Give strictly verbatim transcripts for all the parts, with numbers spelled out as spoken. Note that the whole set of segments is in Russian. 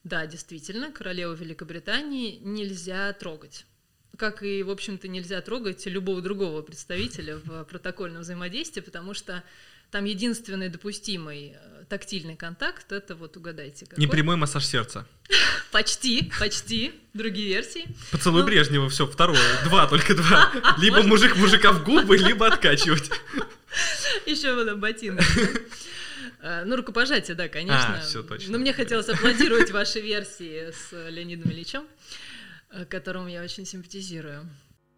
Да, действительно, королеву Великобритании нельзя трогать. Как и, в общем-то, нельзя трогать любого другого представителя в протокольном взаимодействии, потому что там единственный допустимый тактильный контакт — это вот угадайте какой. Непрямой массаж сердца. Почти, почти. Другие версии. Поцелуй ну... Брежнева, все, второе. Два, только два. Либо мужик мужика в губы, либо откачивать. Еще вот ботинок. Ну, рукопожатие, да, конечно. А, все точно. Но мне хотелось аплодировать ваши версии с Леонидом Ильичем, которому я очень симпатизирую.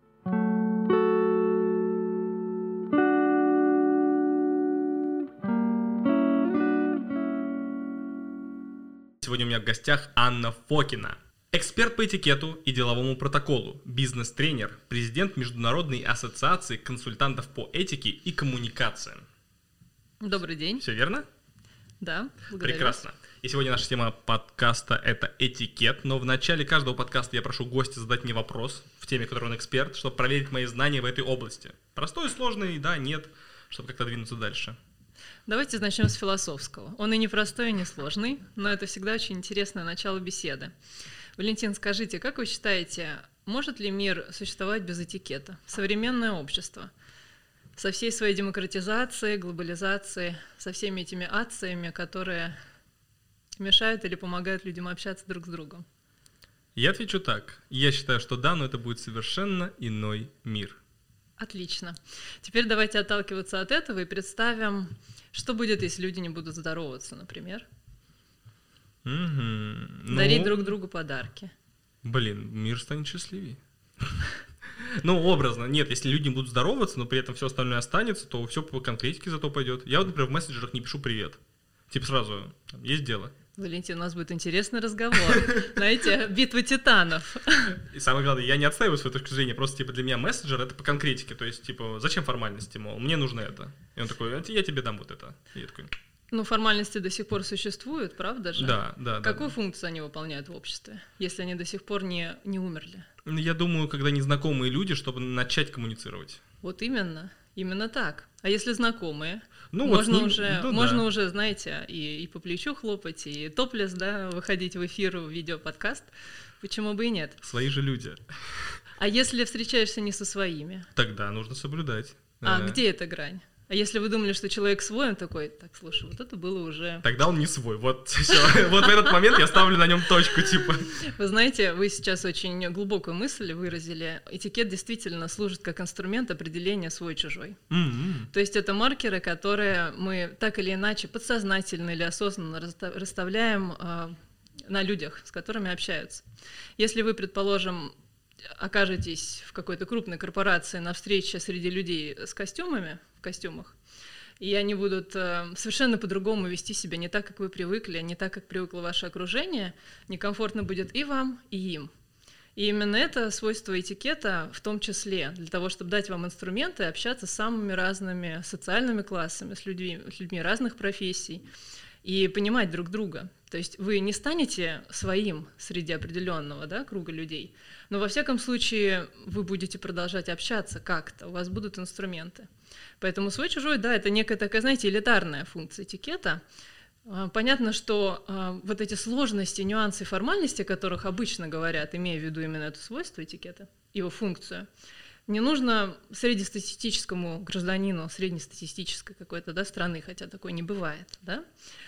Сегодня у меня в гостях Анна Фокина. Эксперт по этикету и деловому протоколу, бизнес-тренер, президент Международной ассоциации консультантов по этике и коммуникациям. Добрый день. Все верно? Да, благодарю. Прекрасно. И сегодня наша тема подкаста — это этикет, но в начале каждого подкаста я прошу гостя задать мне вопрос в теме, в которой он эксперт, чтобы проверить мои знания в этой области. Простой, сложный, да, нет, чтобы как-то двинуться дальше. Давайте начнем с философского. Он и не простой, и не сложный, но это всегда очень интересное начало беседы. Валентин, скажите, как вы считаете, может ли мир существовать без этикета? Современное общество со всей своей демократизацией, глобализацией, со всеми этими акциями, которые мешают или помогают людям общаться друг с другом? Я отвечу так. Я считаю, что да, но это будет совершенно иной мир. Отлично. Теперь давайте отталкиваться от этого и представим, что будет, если люди не будут здороваться, например. Угу. Дарить ну, друг другу подарки. Блин, мир станет счастливее. Ну, образно. Нет, если люди не будут здороваться, но при этом все остальное останется, то все по конкретике зато пойдет. Я вот, например, в мессенджерах не пишу «привет». Типа сразу, есть дело. Валентин, у нас будет интересный разговор. Знаете, битва титанов. И самое главное, я не отстаиваю свою точку зрения, просто типа для меня мессенджер — это по конкретике, то есть типа зачем формальности, мол, мне нужно это. И он такой, я тебе дам вот это. И я такой... Ну, формальности до сих пор существуют, правда же? Да, да. Какую да, функцию да. они выполняют в обществе, если они до сих пор не, не умерли? Я думаю, когда незнакомые люди, чтобы начать коммуницировать. Вот именно, именно так. А если знакомые? Ну, можно вот, уже, ну, можно да. уже, знаете, и, и по плечу хлопать, и топлес, да, выходить в эфир, в видеоподкаст. Почему бы и нет? Свои же люди. А если встречаешься не со своими? Тогда нужно соблюдать. А да. где эта грань? А если вы думали, что человек свой, он такой, так, слушай, вот это было уже... Тогда он не свой, вот все. Вот в этот момент я ставлю на нем точку, типа. Вы знаете, вы сейчас очень глубокую мысль выразили. Этикет действительно служит как инструмент определения свой-чужой. Mm-hmm. То есть это маркеры, которые мы так или иначе подсознательно или осознанно расставляем э, на людях, с которыми общаются. Если вы, предположим, окажетесь в какой-то крупной корпорации на встрече среди людей с костюмами, в костюмах, и они будут э, совершенно по-другому вести себя, не так, как вы привыкли, не так, как привыкло ваше окружение, некомфортно будет и вам, и им. И именно это свойство этикета, в том числе для того, чтобы дать вам инструменты общаться с самыми разными социальными классами, с людьми, с людьми разных профессий, и понимать друг друга. То есть вы не станете своим среди определенного, да, круга людей, но во всяком случае вы будете продолжать общаться как-то, у вас будут инструменты. Поэтому свой-чужой, да, это некая такая, знаете, элитарная функция этикета. Понятно, что а, вот эти сложности, нюансы, формальности, о которых обычно говорят, имея в виду именно это свойство этикета, его функцию, не нужно среднестатистическому гражданину, среднестатистической какой-то, да, страны, хотя такой не бывает, да.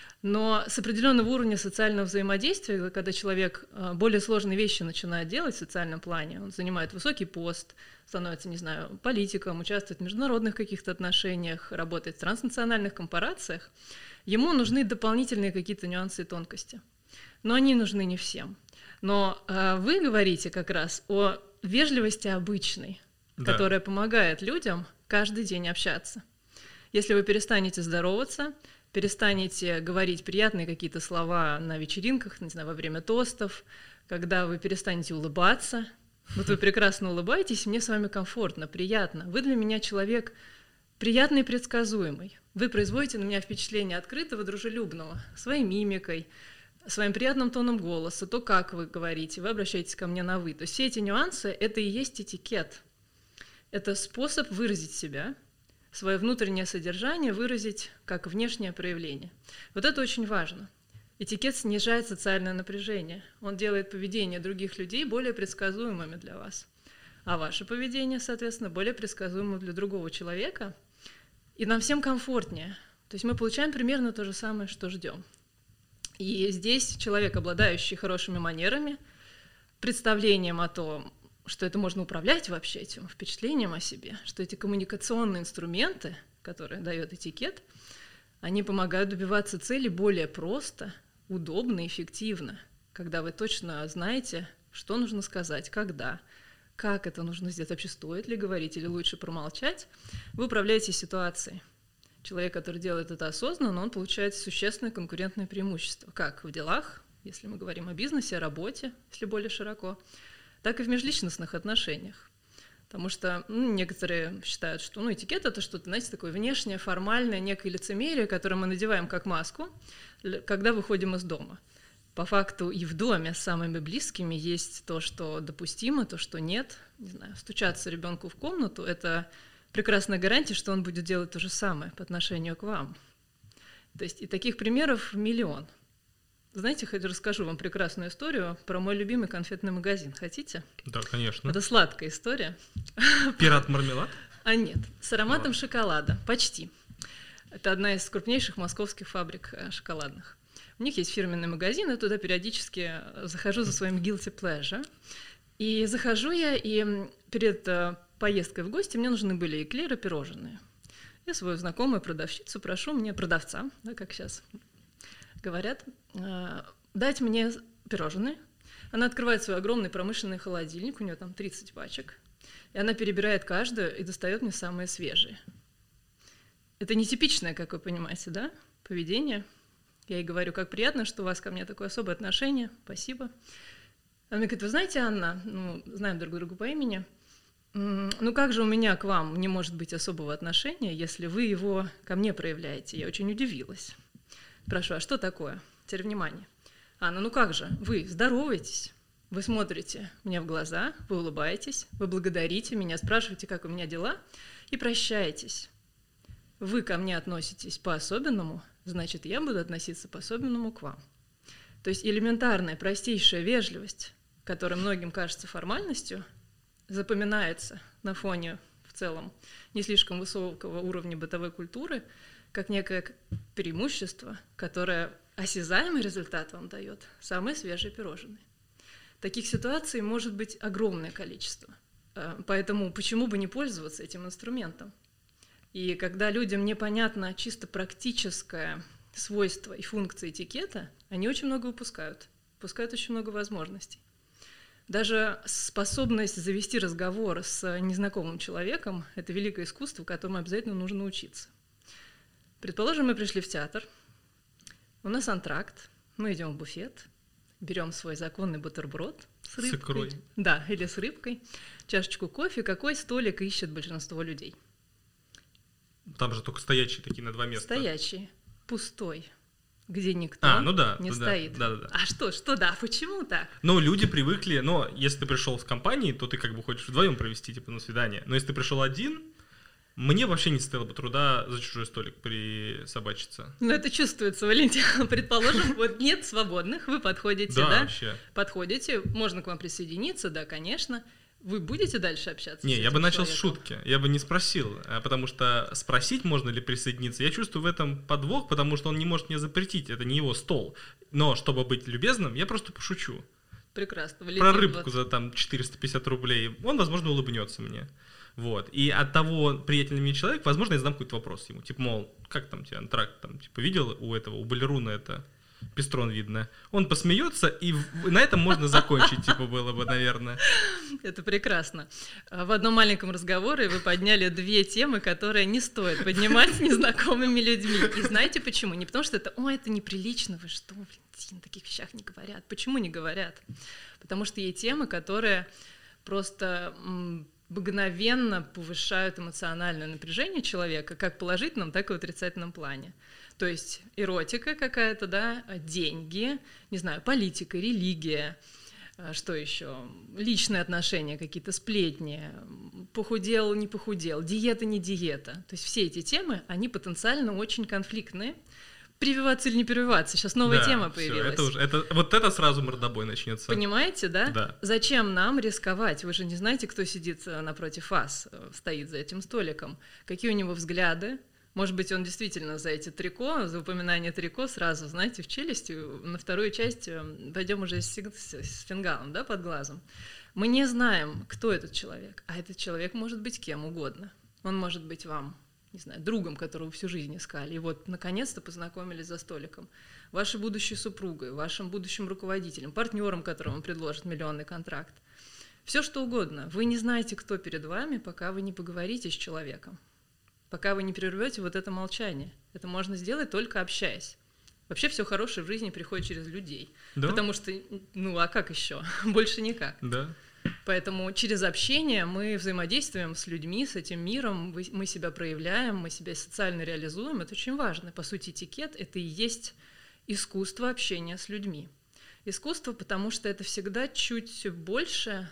Но с определенного уровня социального взаимодействия, когда человек более сложные вещи начинает делать в социальном плане, он занимает высокий пост, становится, не знаю, политиком, участвует в международных каких-то отношениях, работает в транснациональных корпорациях, ему нужны дополнительные какие-то нюансы и тонкости. Но они нужны не всем. Но э, вы говорите как раз о вежливости обычной, да, которая помогает людям каждый день общаться. Если вы перестанете здороваться, перестанете говорить приятные какие-то слова на вечеринках, не знаю, во время тостов, когда вы перестанете улыбаться. Вот вы прекрасно улыбаетесь, мне с вами комфортно, приятно. Вы для меня человек приятный и предсказуемый. Вы производите на меня впечатление открытого, дружелюбного, своей мимикой, своим приятным тоном голоса, то, как вы говорите, вы обращаетесь ко мне на «вы». То есть все эти нюансы — это и есть этикет. Это способ выразить себя, свое внутреннее содержание выразить как внешнее проявление. Вот это очень важно. Этикет снижает социальное напряжение. Он делает поведение других людей более предсказуемыми для вас. А ваше поведение, соответственно, более предсказуемо для другого человека. И нам всем комфортнее. То есть мы получаем примерно то же самое, что ждем. И здесь человек, обладающий хорошими манерами, представлением о том, что это можно управлять вообще этим впечатлением о себе, что эти коммуникационные инструменты, которые дает этикет, они помогают добиваться цели более просто, удобно и эффективно, когда вы точно знаете, что нужно сказать, когда, как это нужно сделать, вообще стоит ли говорить или лучше промолчать, вы управляете ситуацией. Человек, который делает это осознанно, он получает существенное конкурентное преимущество, как в делах, если мы говорим о бизнесе, о работе, если более широко, так и в межличностных отношениях. Потому что ну, некоторые считают, что ну, этикет – это что-то, знаете, такое внешнее, формальное, некое лицемерие, которое мы надеваем как маску, когда выходим из дома. По факту и в доме с самыми близкими есть то, что допустимо, то, что нет. Не знаю, стучаться ребенку в комнату – это прекрасная гарантия, что он будет делать то же самое по отношению к вам. То есть и таких примеров миллион. Знаете, хоть расскажу вам прекрасную историю про мой любимый конфетный магазин. Хотите? Да, конечно. Это сладкая история. Пират-мармелад? А нет, с ароматом шоколада. Почти. Это одна из крупнейших московских фабрик шоколадных. У них есть фирменный магазин, я туда периодически захожу за своим guilty pleasure. И захожу я, и перед поездкой в гости мне нужны были эклеры, пирожные. Я свою знакомую продавщицу прошу мне, продавца, да, как сейчас говорят, дать мне пирожные. Она открывает свой огромный промышленный холодильник, у нее там тридцать пачек, и она перебирает каждую и достает мне самые свежие. Это нетипичное, как вы понимаете, да, поведение. Я ей говорю, как приятно, что у вас ко мне такое особое отношение, спасибо. Она мне говорит, вы знаете, Анна, ну, знаем друг друга по имени, ну как же у меня к вам не может быть особого отношения, если вы его ко мне проявляете? Я очень удивилась. Спрашиваю, а что такое? Теперь внимание. Анна, ну как же, вы здороваетесь, вы смотрите мне в глаза, вы улыбаетесь, вы благодарите меня, спрашиваете, как у меня дела, и прощаетесь. Вы ко мне относитесь по-особенному, значит, я буду относиться по-особенному к вам. То есть элементарная, простейшая вежливость, которая многим кажется формальностью, запоминается на фоне в целом не слишком высокого уровня бытовой культуры, как некое преимущество, которое осязаемый результат вам дает самые свежие пирожные. Таких ситуаций может быть огромное количество. Поэтому почему бы не пользоваться этим инструментом? И когда людям непонятно чисто практическое свойство и функция этикета, они очень много упускают, упускают очень много возможностей. Даже способность завести разговор с незнакомым человеком – это великое искусство, которому обязательно нужно учиться. Предположим, мы пришли в театр, у нас антракт, мы идем в буфет, берем свой законный бутерброд с рыбкой. С икрой. Да, или с рыбкой, чашечку кофе. Какой столик ищет большинство людей? Там же только стоячие такие на два места. Стоячие, пустой, где никто а, ну да, не да, стоит. Да, да, да. А что, что да, почему так? Ну, люди привыкли, но если ты пришел с компанией, то ты как бы хочешь вдвоем провести, типа, на свидание. Но если ты пришел один, мне вообще не стоило бы труда за чужой столик присобачиться. Ну, это чувствуется, Валентин. Предположим, вот нет свободных, вы подходите, да? Да, вообще. Подходите, можно к вам присоединиться, да, конечно. Вы будете дальше общаться? Не, я бы начал с шутки, я бы не спросил, потому что спросить, можно ли присоединиться, я чувствую в этом подвох, потому что он не может мне запретить, это не его стол. Но чтобы быть любезным, я просто пошучу. Прекрасно. Валентин, про рыбку вот за там четыреста пятьдесят рублей, он, возможно, улыбнется мне. Вот. И от того, приятельный мне человек, возможно, я задам какой-то вопрос ему, типа, мол, как там тебе антракт, там, типа, видел у этого, у балеруна это... Пестрон видно. Он посмеется, и на этом можно закончить, типа, было бы, наверное. Это прекрасно. В одном маленьком разговоре вы подняли две темы, которые не стоит поднимать с незнакомыми людьми. И знаете почему? Не потому что это, ой, это неприлично, вы что, Валентин, о таких вещах не говорят. Почему не говорят? Потому что есть темы, которые просто мгновенно повышают эмоциональное напряжение человека, как в положительном, так и в отрицательном плане. То есть эротика какая-то, да, деньги, не знаю, политика, религия, что еще, личные отношения, какие-то сплетни, похудел, не похудел, диета, не диета. То есть все эти темы, они потенциально очень конфликтные прививаться или не прививаться. Сейчас новая да, тема всё, появилась. Это уже, это, вот это сразу мордобой начнется. Понимаете, да? Да. Зачем нам рисковать? Вы же не знаете, кто сидит напротив вас, стоит за этим столиком. Какие у него взгляды? Может быть, он действительно за эти трико, за упоминание трико сразу, знаете, в челюсти. На вторую часть пойдем уже с, с фингалом, да, под глазом. Мы не знаем, кто этот человек. А этот человек может быть кем угодно. Он может быть вам, не знаю, другом, которого всю жизнь искали, и вот наконец-то познакомились за столиком, вашей будущей супругой, вашим будущим руководителем, партнером, которому предложат миллионный контракт. Все что угодно. Вы не знаете, кто перед вами, пока вы не поговорите с человеком, пока вы не прервете вот это молчание. Это можно сделать только общаясь. Вообще все хорошее в жизни приходит через людей, да? Потому что, ну а как еще? Больше никак. Да. Поэтому через общение мы взаимодействуем с людьми, с этим миром, мы себя проявляем, мы себя социально реализуем. Это очень важно. По сути, этикет — это и есть искусство общения с людьми. Искусство, потому что это всегда чуть больше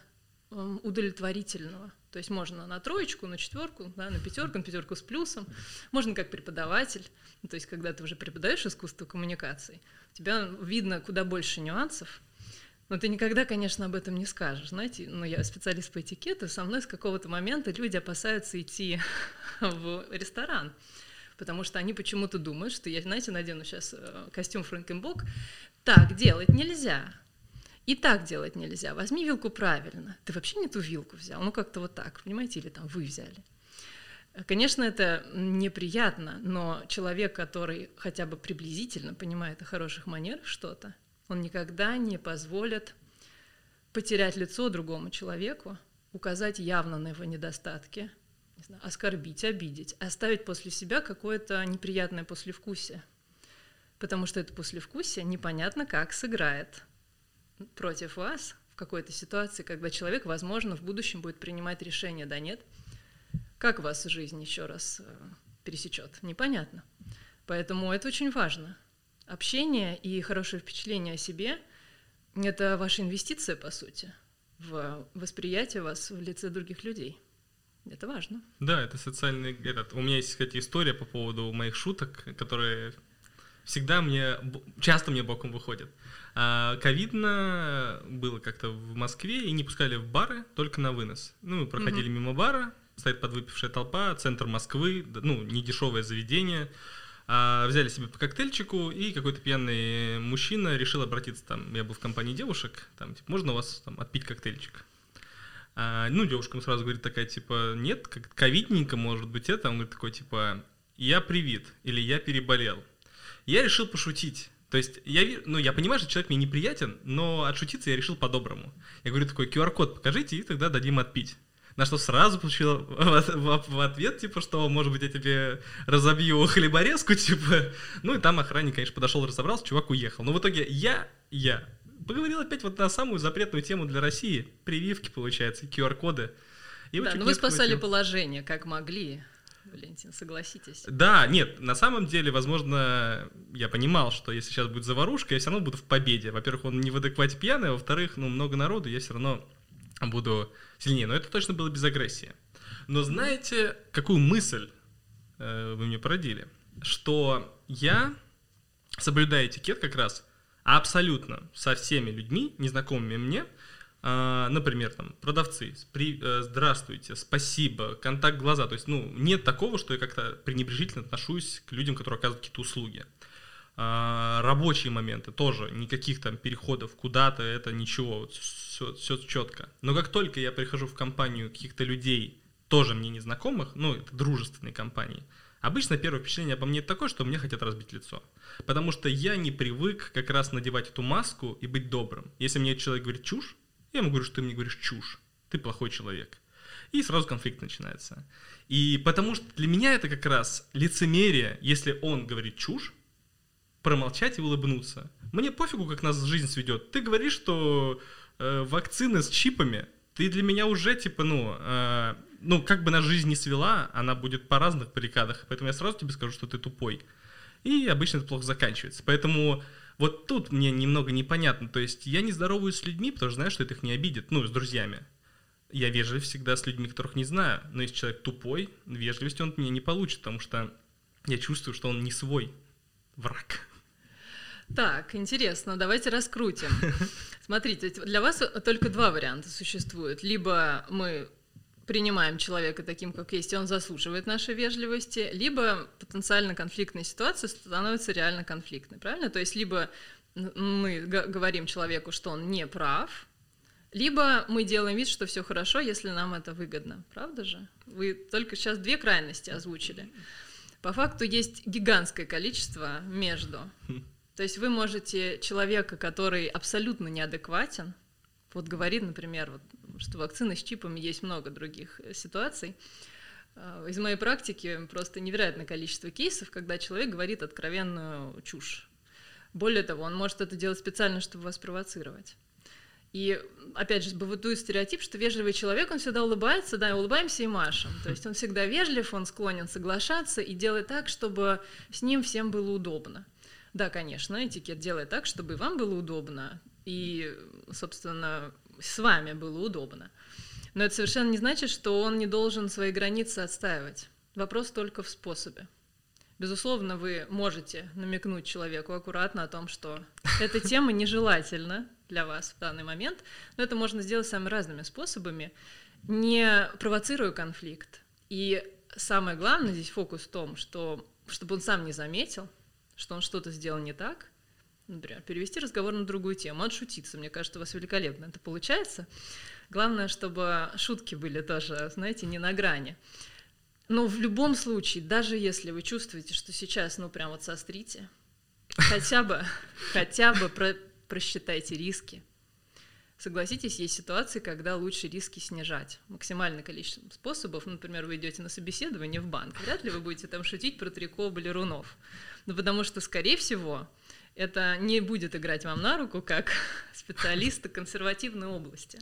удовлетворительного. То есть можно на троечку, на четверку, да, на пятерку, на пятерку с плюсом. Можно как преподаватель. То есть когда ты уже преподаешь искусство коммуникации, у тебя видно куда больше нюансов. Но ты никогда, конечно, об этом не скажешь. Знаете, ну, я специалист по этикету, со мной с какого-то момента люди опасаются идти в ресторан, потому что они почему-то думают, что я, знаете, надену сейчас костюм Фрэнкенбок. Так делать нельзя. И так делать нельзя. Возьми вилку правильно. Ты вообще не ту вилку взял. Ну, как-то вот так, понимаете, или там вы взяли. Конечно, это неприятно, но человек, который хотя бы приблизительно понимает о хороших манерах что-то, он никогда не позволит потерять лицо другому человеку, указать явно на его недостатки, не знаю, оскорбить, обидеть, оставить после себя какое-то неприятное послевкусие. Потому что это послевкусие непонятно как сыграет против вас в какой-то ситуации, когда человек, возможно, в будущем будет принимать решение, да нет, как вас жизнь еще раз пересечет, непонятно. Поэтому это очень важно. Общение и хорошее впечатление о себе – это ваша инвестиция, по сути, в восприятие вас в лице других людей. Это важно. Да, это социальный... Этот, у меня есть, кстати, история по поводу моих шуток, которые всегда мне... часто мне боком выходят. Ковидно было как-то в Москве, и не пускали в бары, только на вынос. Ну, мы проходили угу. мимо бара, стоит подвыпившая толпа, центр Москвы, ну, недешевое заведение. Взяли себе по коктейльчику, и какой-то пьяный мужчина решил обратиться, там, я был в компании девушек, там, типа, можно у вас там отпить коктейльчик? А, ну, девушка ему сразу говорит такая, типа, нет, как ковидненько, может быть, это. Он говорит такой, типа, я привит, или я переболел. Я решил пошутить. То есть, я, ну, я понимаю, что человек мне неприятен, но отшутиться я решил по-доброму. Я говорю такой, ку ар код покажите, и тогда дадим отпить. На что сразу получил в, в, в ответ, типа, что, может быть, я тебе разобью хлеборезку, типа. Ну, и там охранник, конечно, подошел, разобрался, чувак уехал. Но в итоге я, я поговорил опять вот на самую запретную тему для России. Прививки, получается, ку ар коды. И да, но вы спасали хватил. Положение, как могли, Валентин, согласитесь. Да, нет, на самом деле, возможно, я понимал, что если сейчас будет заварушка, я все равно буду в победе. Во-первых, он не в адеквате пьяный, а во-вторых, ну, много народу, я все равно буду сильнее. Но это точно было без агрессии. Но знаете, какую мысль э, вы мне породили? Что я соблюдаю этикет как раз абсолютно со всеми людьми, незнакомыми мне, э, например, там, продавцы, при, э, здравствуйте, спасибо, контакт глаза. То есть, ну, нет такого, что я как-то пренебрежительно отношусь к людям, которые оказывают какие-то услуги. Э, рабочие моменты тоже, никаких там переходов куда-то, это ничего, вот, все, все четко. Но как только я прихожу в компанию каких-то людей, тоже мне незнакомых, ну, это дружественные компании, обычно первое впечатление обо мне такое, что мне хотят разбить лицо. Потому что я не привык как раз надевать эту маску и быть добрым. Если мне человек говорит чушь, я ему говорю, что ты мне говоришь чушь, ты плохой человек. И сразу конфликт начинается. И потому что для меня это как раз лицемерие, если он говорит чушь, промолчать и улыбнуться. Мне пофигу, как нас жизнь сведет. Ты говоришь, что э, вакцины с чипами, ты для меня уже, типа, ну, э, ну, как бы нас жизнь не свела, она будет по разных баррикадах, поэтому я сразу тебе скажу, что ты тупой. И обычно это плохо заканчивается. Поэтому вот тут мне немного непонятно. То есть я не здороваюсь с людьми, потому что знаю, что это их не обидит, ну, с друзьями. Я вежлив всегда с людьми, которых не знаю. Но если человек тупой, вежливость он от меня не получит, потому что я чувствую, что он не свой. враг. Так, интересно, давайте раскрутим. Смотрите, для вас только два варианта существуют. Либо мы принимаем человека таким, как есть, и он заслуживает нашей вежливости, либо потенциально конфликтная ситуация становится реально конфликтной, правильно? То есть либо мы говорим человеку, что он не прав, либо мы делаем вид, что все хорошо, если нам это выгодно, правда же? Вы только сейчас две крайности озвучили. По факту есть гигантское количество между. То есть вы можете человека, который абсолютно неадекватен, вот говорит, например, вот, что вакцины с чипами, есть много других ситуаций. Из моей практики просто невероятное количество кейсов, когда человек говорит откровенную чушь. Более того, он может это делать специально, чтобы вас провоцировать. И, опять же, бытует стереотип, что вежливый человек, он всегда улыбается, да, и улыбаемся и машем. То есть он всегда вежлив, он склонен соглашаться и делает так, чтобы с ним всем было удобно. Да, конечно, этикет делает так, чтобы и вам было удобно, и, собственно, с вами было удобно. Но это совершенно не значит, что он не должен свои границы отстаивать. Вопрос только в способе. Безусловно, вы можете намекнуть человеку аккуратно о том, что эта тема нежелательна для вас в данный момент, но это можно сделать самыми разными способами, не провоцируя конфликт. И самое главное здесь фокус в том, что, чтобы он сам не заметил, что он что-то сделал не так, например, перевести разговор на другую тему, отшутиться. Мне кажется, у вас великолепно это получается. Главное, чтобы шутки были тоже, знаете, не на грани. Но в любом случае, даже если вы чувствуете, что сейчас, ну, прям вот сострите, хотя бы, хотя бы про, просчитайте риски. Согласитесь, есть ситуации, когда лучше риски снижать. Максимальное количество способов. Например, вы идете на собеседование в банк. Вряд ли вы будете там шутить про трико балерунов. Ну, потому что, скорее всего, это не будет играть вам на руку, как специалиста консервативной области.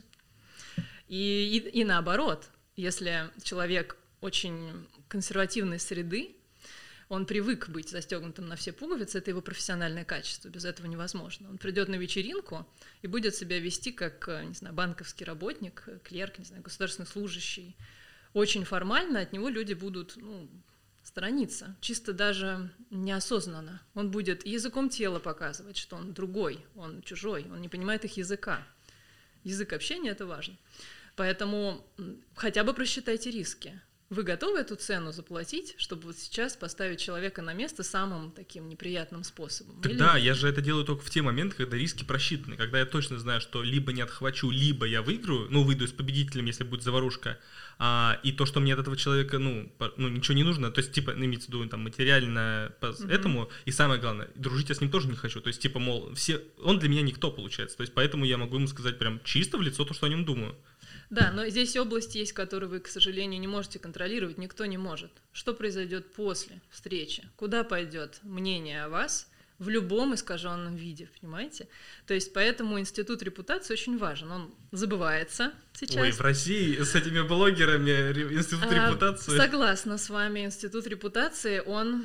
И, и, и наоборот, если человек очень консервативной среды, он привык быть застегнутым на все пуговицы, это его профессиональное качество, без этого невозможно. Он придет на вечеринку и будет себя вести как, не знаю, банковский работник, клерк, не знаю, государственный служащий. Очень формально от него люди будут, ну, сторониться, чисто даже неосознанно. Он будет языком тела показывать, что он другой, он чужой, он не понимает их языка. Язык общения – это важно. Поэтому хотя бы просчитайте риски. Вы готовы эту цену заплатить, чтобы вот сейчас поставить человека на место самым таким неприятным способом? Так да, я же это делаю только в те моменты, когда риски просчитаны, когда я точно знаю, что либо не отхвачу, либо я выиграю, ну, выйду с победителем, если будет заварушка, а, и то, что мне от этого человека, ну, по, ну, ничего не нужно, то есть, типа, имеется в виду, там, материально по mm-hmm. этому, и самое главное, дружить я с ним тоже не хочу, то есть, типа, мол, все, он для меня никто, получается, то есть, поэтому я могу ему сказать прям чисто в лицо то, что о нем думаю. Да, но здесь области есть, которые вы, к сожалению, не можете контролировать, никто не может. Что произойдет после встречи? Куда пойдет мнение о вас в любом искаженном виде, понимаете? То есть поэтому институт репутации очень важен, он забывается сейчас. Ой, в России с этими блогерами институт а, репутации... Согласна с вами, институт репутации, он...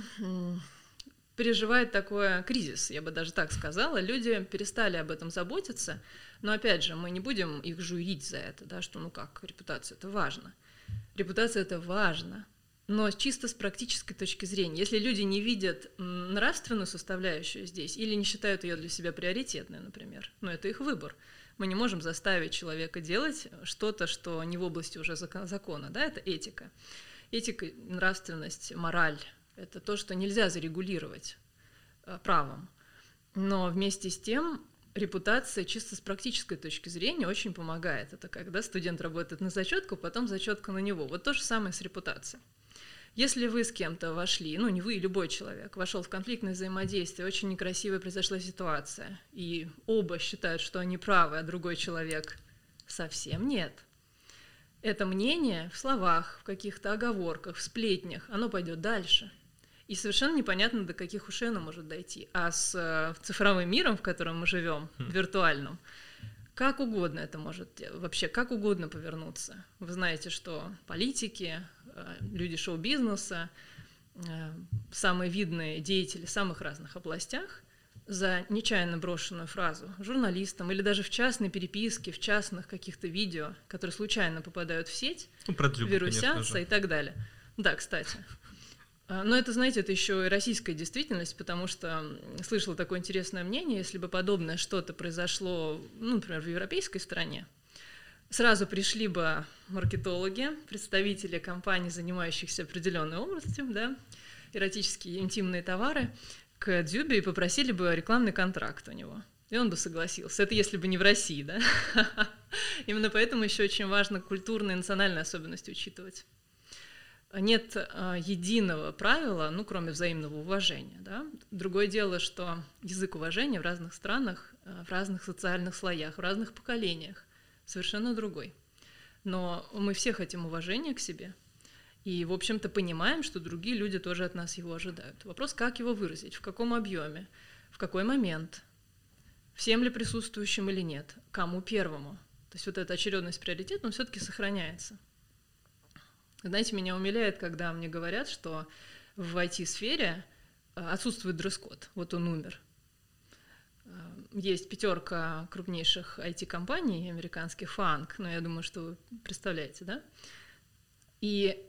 переживает такой кризис, я бы даже так сказала. Люди перестали об этом заботиться, но, опять же, мы не будем их журить за это, да, что, ну как, репутация – это важно. Репутация – это важно, но чисто с практической точки зрения. Если люди не видят нравственную составляющую здесь или не считают ее для себя приоритетной, например, ну это их выбор. Мы не можем заставить человека делать что-то, что не в области уже закона, да, это этика. Этика, нравственность, мораль – это то, что нельзя зарегулировать правом. Но вместе с тем репутация чисто с практической точки зрения очень помогает. Это когда студент работает на зачетку, потом зачетка на него. Вот то же самое с репутацией. Если вы с кем-то вошли, ну не вы, любой человек, вошел в конфликтное взаимодействие, очень некрасивая произошла ситуация, и оба считают, что они правы, а другой человек совсем нет. Это мнение в словах, в каких-то оговорках, в сплетнях, оно пойдет дальше. И совершенно непонятно, до каких ушей оно может дойти. А с э, цифровым миром, в котором мы живем, mm. виртуальным, как угодно это может, вообще как угодно повернуться. Вы знаете, что политики, э, люди шоу-бизнеса, э, самые видные деятели в самых разных областях за нечаянно брошенную фразу журналистам или даже в частной переписке, в частных каких-то видео, которые случайно попадают в сеть, ну, про Дзюбу, вирусятся и так далее. Да, кстати. Но это, знаете, это еще и российская действительность, потому что слышала такое интересное мнение, если бы подобное что-то произошло, ну, например, в европейской стране, сразу пришли бы маркетологи, представители компаний, занимающихся определенной областью, да, эротические интимные товары, к Дзюбе и попросили бы рекламный контракт у него. И он бы согласился. Это если бы не в России, да? Именно поэтому еще очень важно культурные и национальные особенности учитывать. Нет а, единого правила, ну, кроме взаимного уважения, да? Другое дело, что язык уважения в разных странах, в разных социальных слоях, в разных поколениях совершенно другой. Но мы все хотим уважения к себе и, в общем-то, понимаем, что другие люди тоже от нас его ожидают. Вопрос, как его выразить, в каком объеме, в какой момент, всем ли присутствующим или нет, кому первому. То есть вот эта очередность приоритетов, но все-таки сохраняется. Знаете, меня умиляет, когда мне говорят, что в ай ти-сфере отсутствует дресс-код, вот он умер. Есть пятерка крупнейших ай ти-компаний американских, фанк, но я думаю, что вы представляете, да? И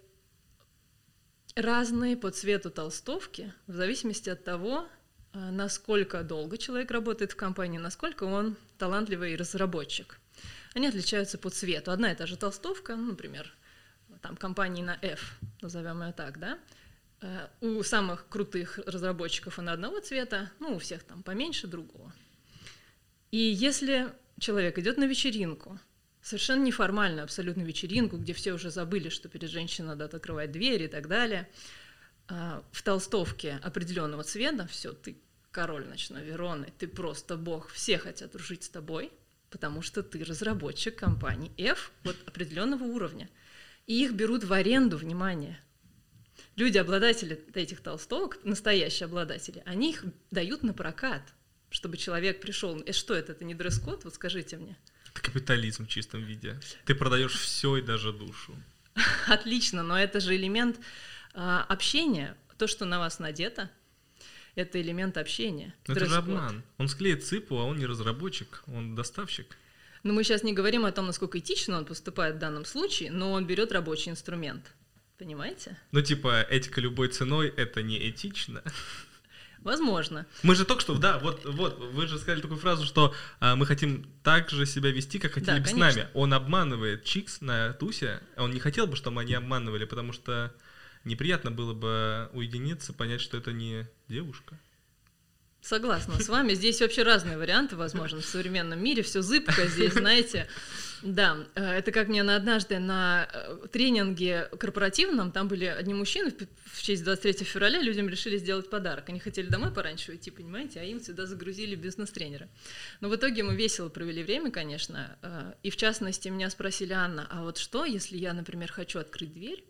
разные по цвету толстовки, в зависимости от того, насколько долго человек работает в компании, насколько он талантливый разработчик. Они отличаются по цвету. Одна и та же толстовка, ну, например, там компании на F, назовем ее так, да? У самых крутых разработчиков она одного цвета, ну, у всех там поменьше другого. И если человек идет на вечеринку, совершенно неформальную абсолютно вечеринку, где все уже забыли, что перед женщиной надо открывать двери и так далее, в толстовке определенного цвета, все, ты король ночной Вероны, ты просто бог, все хотят дружить с тобой, потому что ты разработчик компании F вот определенного уровня. И их берут в аренду, внимание. Люди, обладатели этих толстовок, настоящие обладатели, они их дают на прокат, чтобы человек пришел. И что это, это не дресс-код? Вот скажите мне. Это капитализм в чистом виде. Ты продаешь все и даже душу. Отлично, но это же элемент а, общения. То, что на вас надето, это элемент общения. Но это же обман. Он склеит цыпу, а он не разработчик, он доставщик. Но мы сейчас не говорим о том, насколько этично он поступает в данном случае, но он берет рабочий инструмент. Понимаете? Ну, типа, этика любой ценой — это не этично. Возможно. Мы же только что, да, вот, вот, вы же сказали такую фразу, что а, мы хотим так же себя вести, как хотели да, бы конечно. С нами. Он обманывает чикс на тусе, он не хотел бы, чтобы они обманывали, потому что неприятно было бы уединиться, понять, что это не девушка. Согласна с вами. Здесь вообще разные варианты возможны в современном мире. Все зыбко здесь, знаете. Да, это как мне на однажды на тренинге корпоративном, там были одни мужчины, в честь двадцать третьего февраля людям решили сделать подарок. Они хотели домой пораньше уйти, понимаете, а им сюда загрузили бизнес-тренера. Но в итоге мы весело провели время, конечно. И в частности, меня спросили: Анна, а вот что, если я, например, хочу открыть дверь,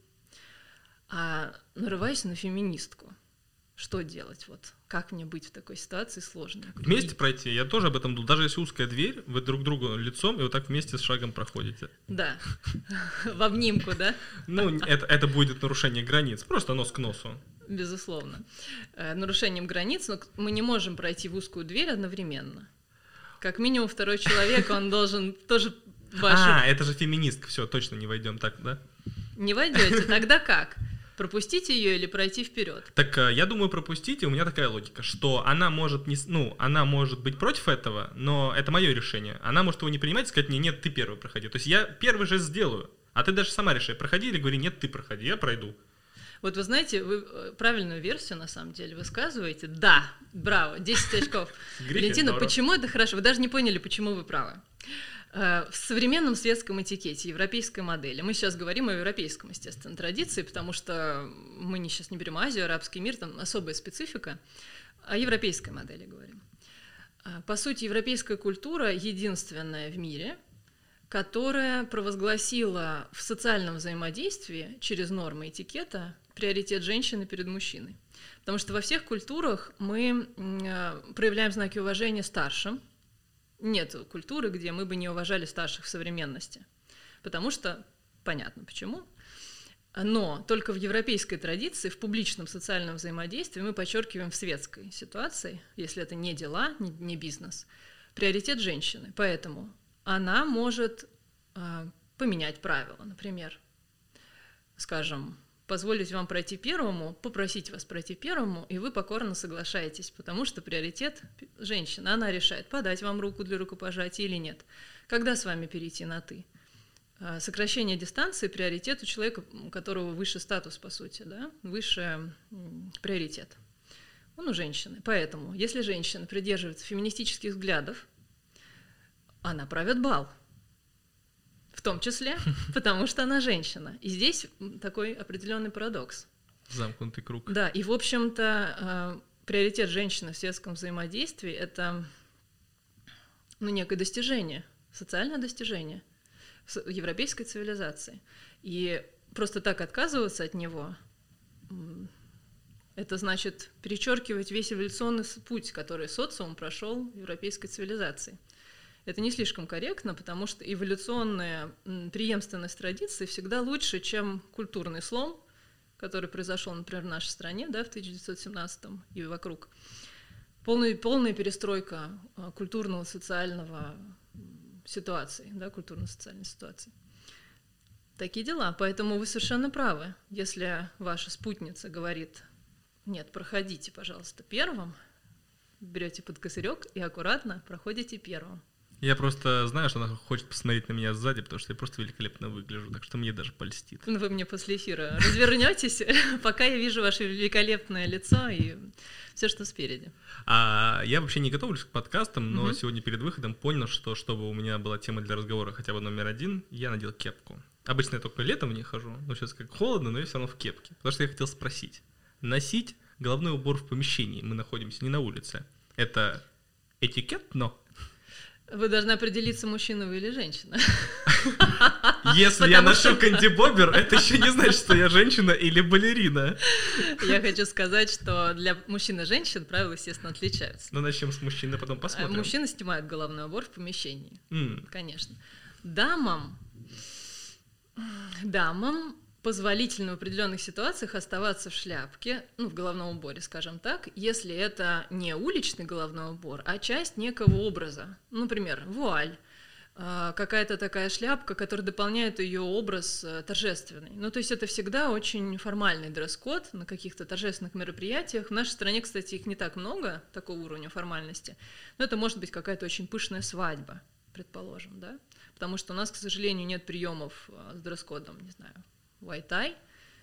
а нарываюсь на феминистку? Что делать? Вот как мне быть в такой ситуации сложно? Вместе пройти. Я тоже об этом думал. Даже если узкая дверь, вы друг к другу лицом и вот так вместе с шагом проходите. Да. В обнимку, да? Ну, это, это будет нарушение границ. Просто нос к носу. Безусловно. Нарушением границ, но мы не можем пройти в узкую дверь одновременно. Как минимум второй человек, он должен тоже... Вашу... А, это же феминистка. Все, точно не войдем так, да? Не войдете. Тогда как? Пропустить ее или пройти вперед? Так я думаю, пропустить, и у меня такая логика, что она может не, ну, она может быть против этого, но это мое решение. Она может его не принимать и сказать мне: нет, ты первый проходи. То есть я первый же сделаю, а ты даже сама решай, проходи или говори: нет, ты проходи, я пройду. Вот вы знаете, вы правильную версию на самом деле высказываете. Да, браво, десять очков. Валентина, почему это хорошо? Вы даже не поняли, почему вы правы. В современном светском этикете, европейской модели, мы сейчас говорим о европейском, естественно, традиции, потому что мы не, сейчас не берем Азию, арабский мир, там особая специфика, о европейской модели говорим. По сути, европейская культура единственная в мире, которая провозгласила в социальном взаимодействии через нормы этикета приоритет женщины перед мужчиной. Потому что во всех культурах мы проявляем знаки уважения старшим. Нет культуры, где мы бы не уважали старших в современности. Потому что, понятно почему, но только в европейской традиции, в публичном социальном взаимодействии мы подчеркиваем в светской ситуации, если это не дела, не, не бизнес, приоритет женщины. Поэтому она может э, поменять правила, например, скажем, позволить вам пройти первому, попросить вас пройти первому, и вы покорно соглашаетесь, потому что приоритет женщины. Она решает, подать вам руку для рукопожатия или нет. Когда с вами перейти на «ты»? Сокращение дистанции – приоритет у человека, у которого выше статус, по сути, да? Выше приоритет. Он у женщины. Поэтому, если женщина придерживается феминистических взглядов, она правит бал. В том числе, потому что она женщина. И здесь такой определенный парадокс. Замкнутый круг. Да, и, в общем-то, приоритет женщины в светском взаимодействии – это ну, некое достижение, социальное достижение европейской цивилизации. И просто так отказываться от него – это значит перечеркивать весь эволюционный путь, который социум прошел в европейской цивилизации. Это не слишком корректно, потому что эволюционная преемственность традиций всегда лучше, чем культурный слом, который произошел, например, в нашей стране, да, в тысяча девятьсот семнадцатом и вокруг. Полная, полная перестройка культурного, социального ситуации, да, культурно-социальной ситуации. Такие дела. Поэтому вы совершенно правы. Если ваша спутница говорит, нет, проходите, пожалуйста, первым, берете под козырек и аккуратно проходите первым. Я просто знаю, что она хочет посмотреть на меня сзади, потому что я просто великолепно выгляжу, так что мне даже польстит. Ну, вы мне после эфира развернетесь, пока я вижу ваше великолепное лицо и все, что спереди. А я вообще не готовлюсь к подкастам, но Мгм. сегодня перед выходом понял, что чтобы у меня была тема для разговора хотя бы номер один, я надел кепку. Обычно я только летом в ней хожу, но сейчас как холодно, но я все равно в кепке. Потому что я хотел спросить, носить головной убор в помещении, мы находимся не на улице, это этикетно? Вы должны определиться, мужчина вы или женщина. Если я Потому ношу что- кандибобер, это еще не значит, что я женщина или балерина. Я хочу сказать, что для мужчин и женщин правила, естественно, отличаются. Ну, начнем с мужчины, потом А посмотрим. Мужчины снимают головной убор в помещении, М, конечно. Дамам, дамам позволительно в определенных ситуациях оставаться в шляпке, ну, в головном уборе, скажем так, если это не уличный головной убор, а часть некого образа. Например, вуаль, э, какая-то такая шляпка, которая дополняет ее образ э, торжественный. Ну, то есть это всегда очень формальный дресс-код на каких-то торжественных мероприятиях. В нашей стране, кстати, их не так много, такого уровня формальности, но это может быть какая-то очень пышная свадьба, предположим, да, потому что у нас, к сожалению, нет приемов э, с дресс-кодом, не знаю, white tie,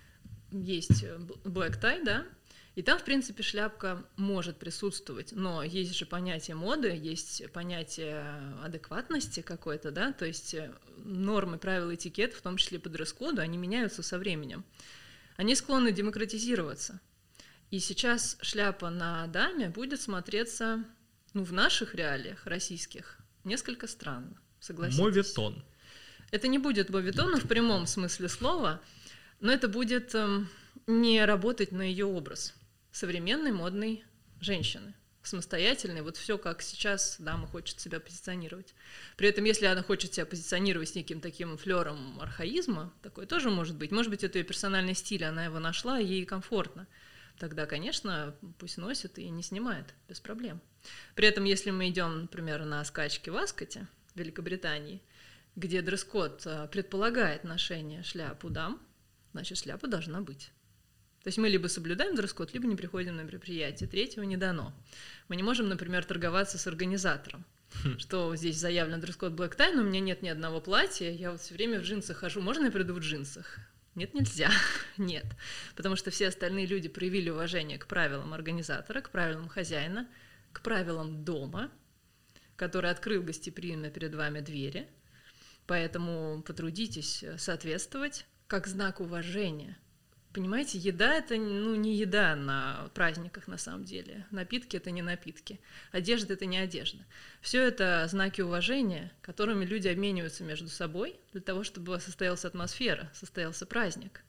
есть black tie, да, и там, в принципе, шляпка может присутствовать, но есть же понятие моды, есть понятие адекватности какой-то, да, то есть нормы, правила этикета, в том числе по дресс-коду, они меняются со временем. Они склонны демократизироваться. И сейчас шляпа на даме будет смотреться, ну, в наших реалиях российских несколько странно, согласитесь. Моветон. Это не будет моветоном в прямом смысле слова, но это будет эм, не работать на ее образ современной модной женщины, самостоятельной, вот все как сейчас дама хочет себя позиционировать. При этом, если она хочет себя позиционировать с неким таким флером архаизма, такое тоже может быть. Может быть, это ее персональный стиль, она его нашла, ей комфортно. Тогда, конечно, пусть носит и не снимает, без проблем. При этом, если мы идем, например, на скачки в Аскоте, в Великобритании, где дресс-код предполагает ношение шляп у дам, значит, шляпа должна быть. То есть мы либо соблюдаем дресс-код, либо не приходим на мероприятие. Третьего не дано. Мы не можем, например, торговаться с организатором, что здесь заявлен дресс-код black tie, но у меня нет ни одного платья, я вот все время в джинсах хожу. Можно я приду в джинсах? Нет, нельзя. Нет. Потому что все остальные люди проявили уважение к правилам организатора, к правилам хозяина, к правилам дома, который открыл гостеприимно перед вами двери. Поэтому потрудитесь соответствовать как знак уважения. Понимаете, еда – это ну, не еда на праздниках на самом деле. Напитки – это не напитки. Одежда – это не одежда. Все это знаки уважения, которыми люди обмениваются между собой для того, чтобы состоялась атмосфера, состоялся праздник.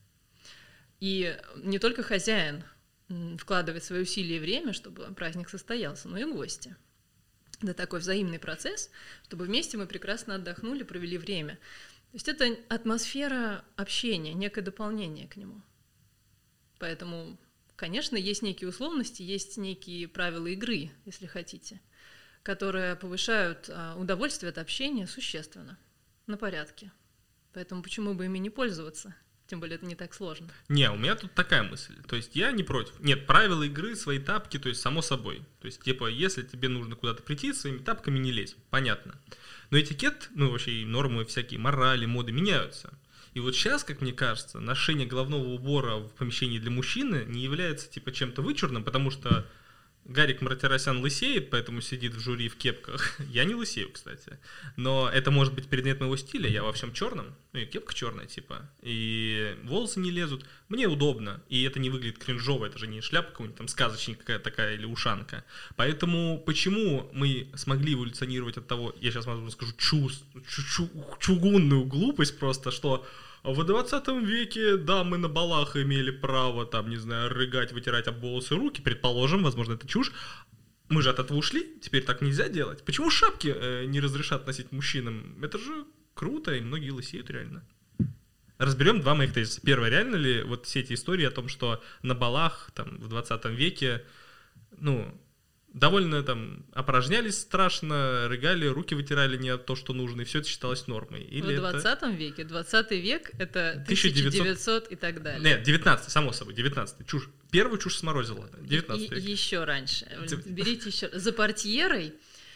И не только хозяин вкладывает свои усилия и время, чтобы праздник состоялся, но и гости. Это такой взаимный процесс, чтобы вместе мы прекрасно отдохнули, провели время. То есть это атмосфера общения, некое дополнение к нему. Поэтому, конечно, есть некие условности, есть некие правила игры, если хотите, которые повышают удовольствие от общения существенно, на порядке. Поэтому почему бы ими не пользоваться? Тем более это не так сложно. Не, у меня тут такая мысль. То есть я не против. Нет, правила игры, свои тапки, то есть само собой. То есть, типа, если тебе нужно куда-то прийти, своими тапками не лезь. Понятно. Но этикет, ну вообще и нормы всякие, морали, моды меняются. И вот сейчас, как мне кажется, ношение головного убора в помещении для мужчины не является типа чем-то вычурным, потому что Гарик Мартиросян лысеет, поэтому сидит в жюри в кепках. Я не лысею, кстати. Но это может быть предмет моего стиля. Я во всем черном. Ну и кепка черная, типа. И волосы не лезут. Мне удобно. И это не выглядит кринжово. Это же не шляпа какой-нибудь там сказочник какая-то такая или ушанка. Поэтому почему мы смогли эволюционировать от того, я сейчас, возможно, скажу чус, чу, чу, чугунную глупость просто, что в двадцатом веке, да, мы на балах имели право, там, не знаю, рыгать, вытирать об волосы руки, предположим, возможно, это чушь. Мы же от этого ушли, теперь так нельзя делать. Почему шапки э, не разрешат носить мужчинам? Это же круто, и многие лысеют реально. Разберем два моих тезиса. Первое, реально ли вот все эти истории о том, что на балах, там, в двадцатом веке, ну, довольно там опорожнялись страшно, рыгали, руки вытирали не то, что нужно, и все это считалось нормой. Или в двадцатом это... веке. двадцатый век — это тысяча девятьсот и так далее. Нет, девятнадцатый, само собой, девятнадцатый. Чушь. Первую чушь сморозила. девятнадцатый век. Еще раньше. Берите еще. За портьерой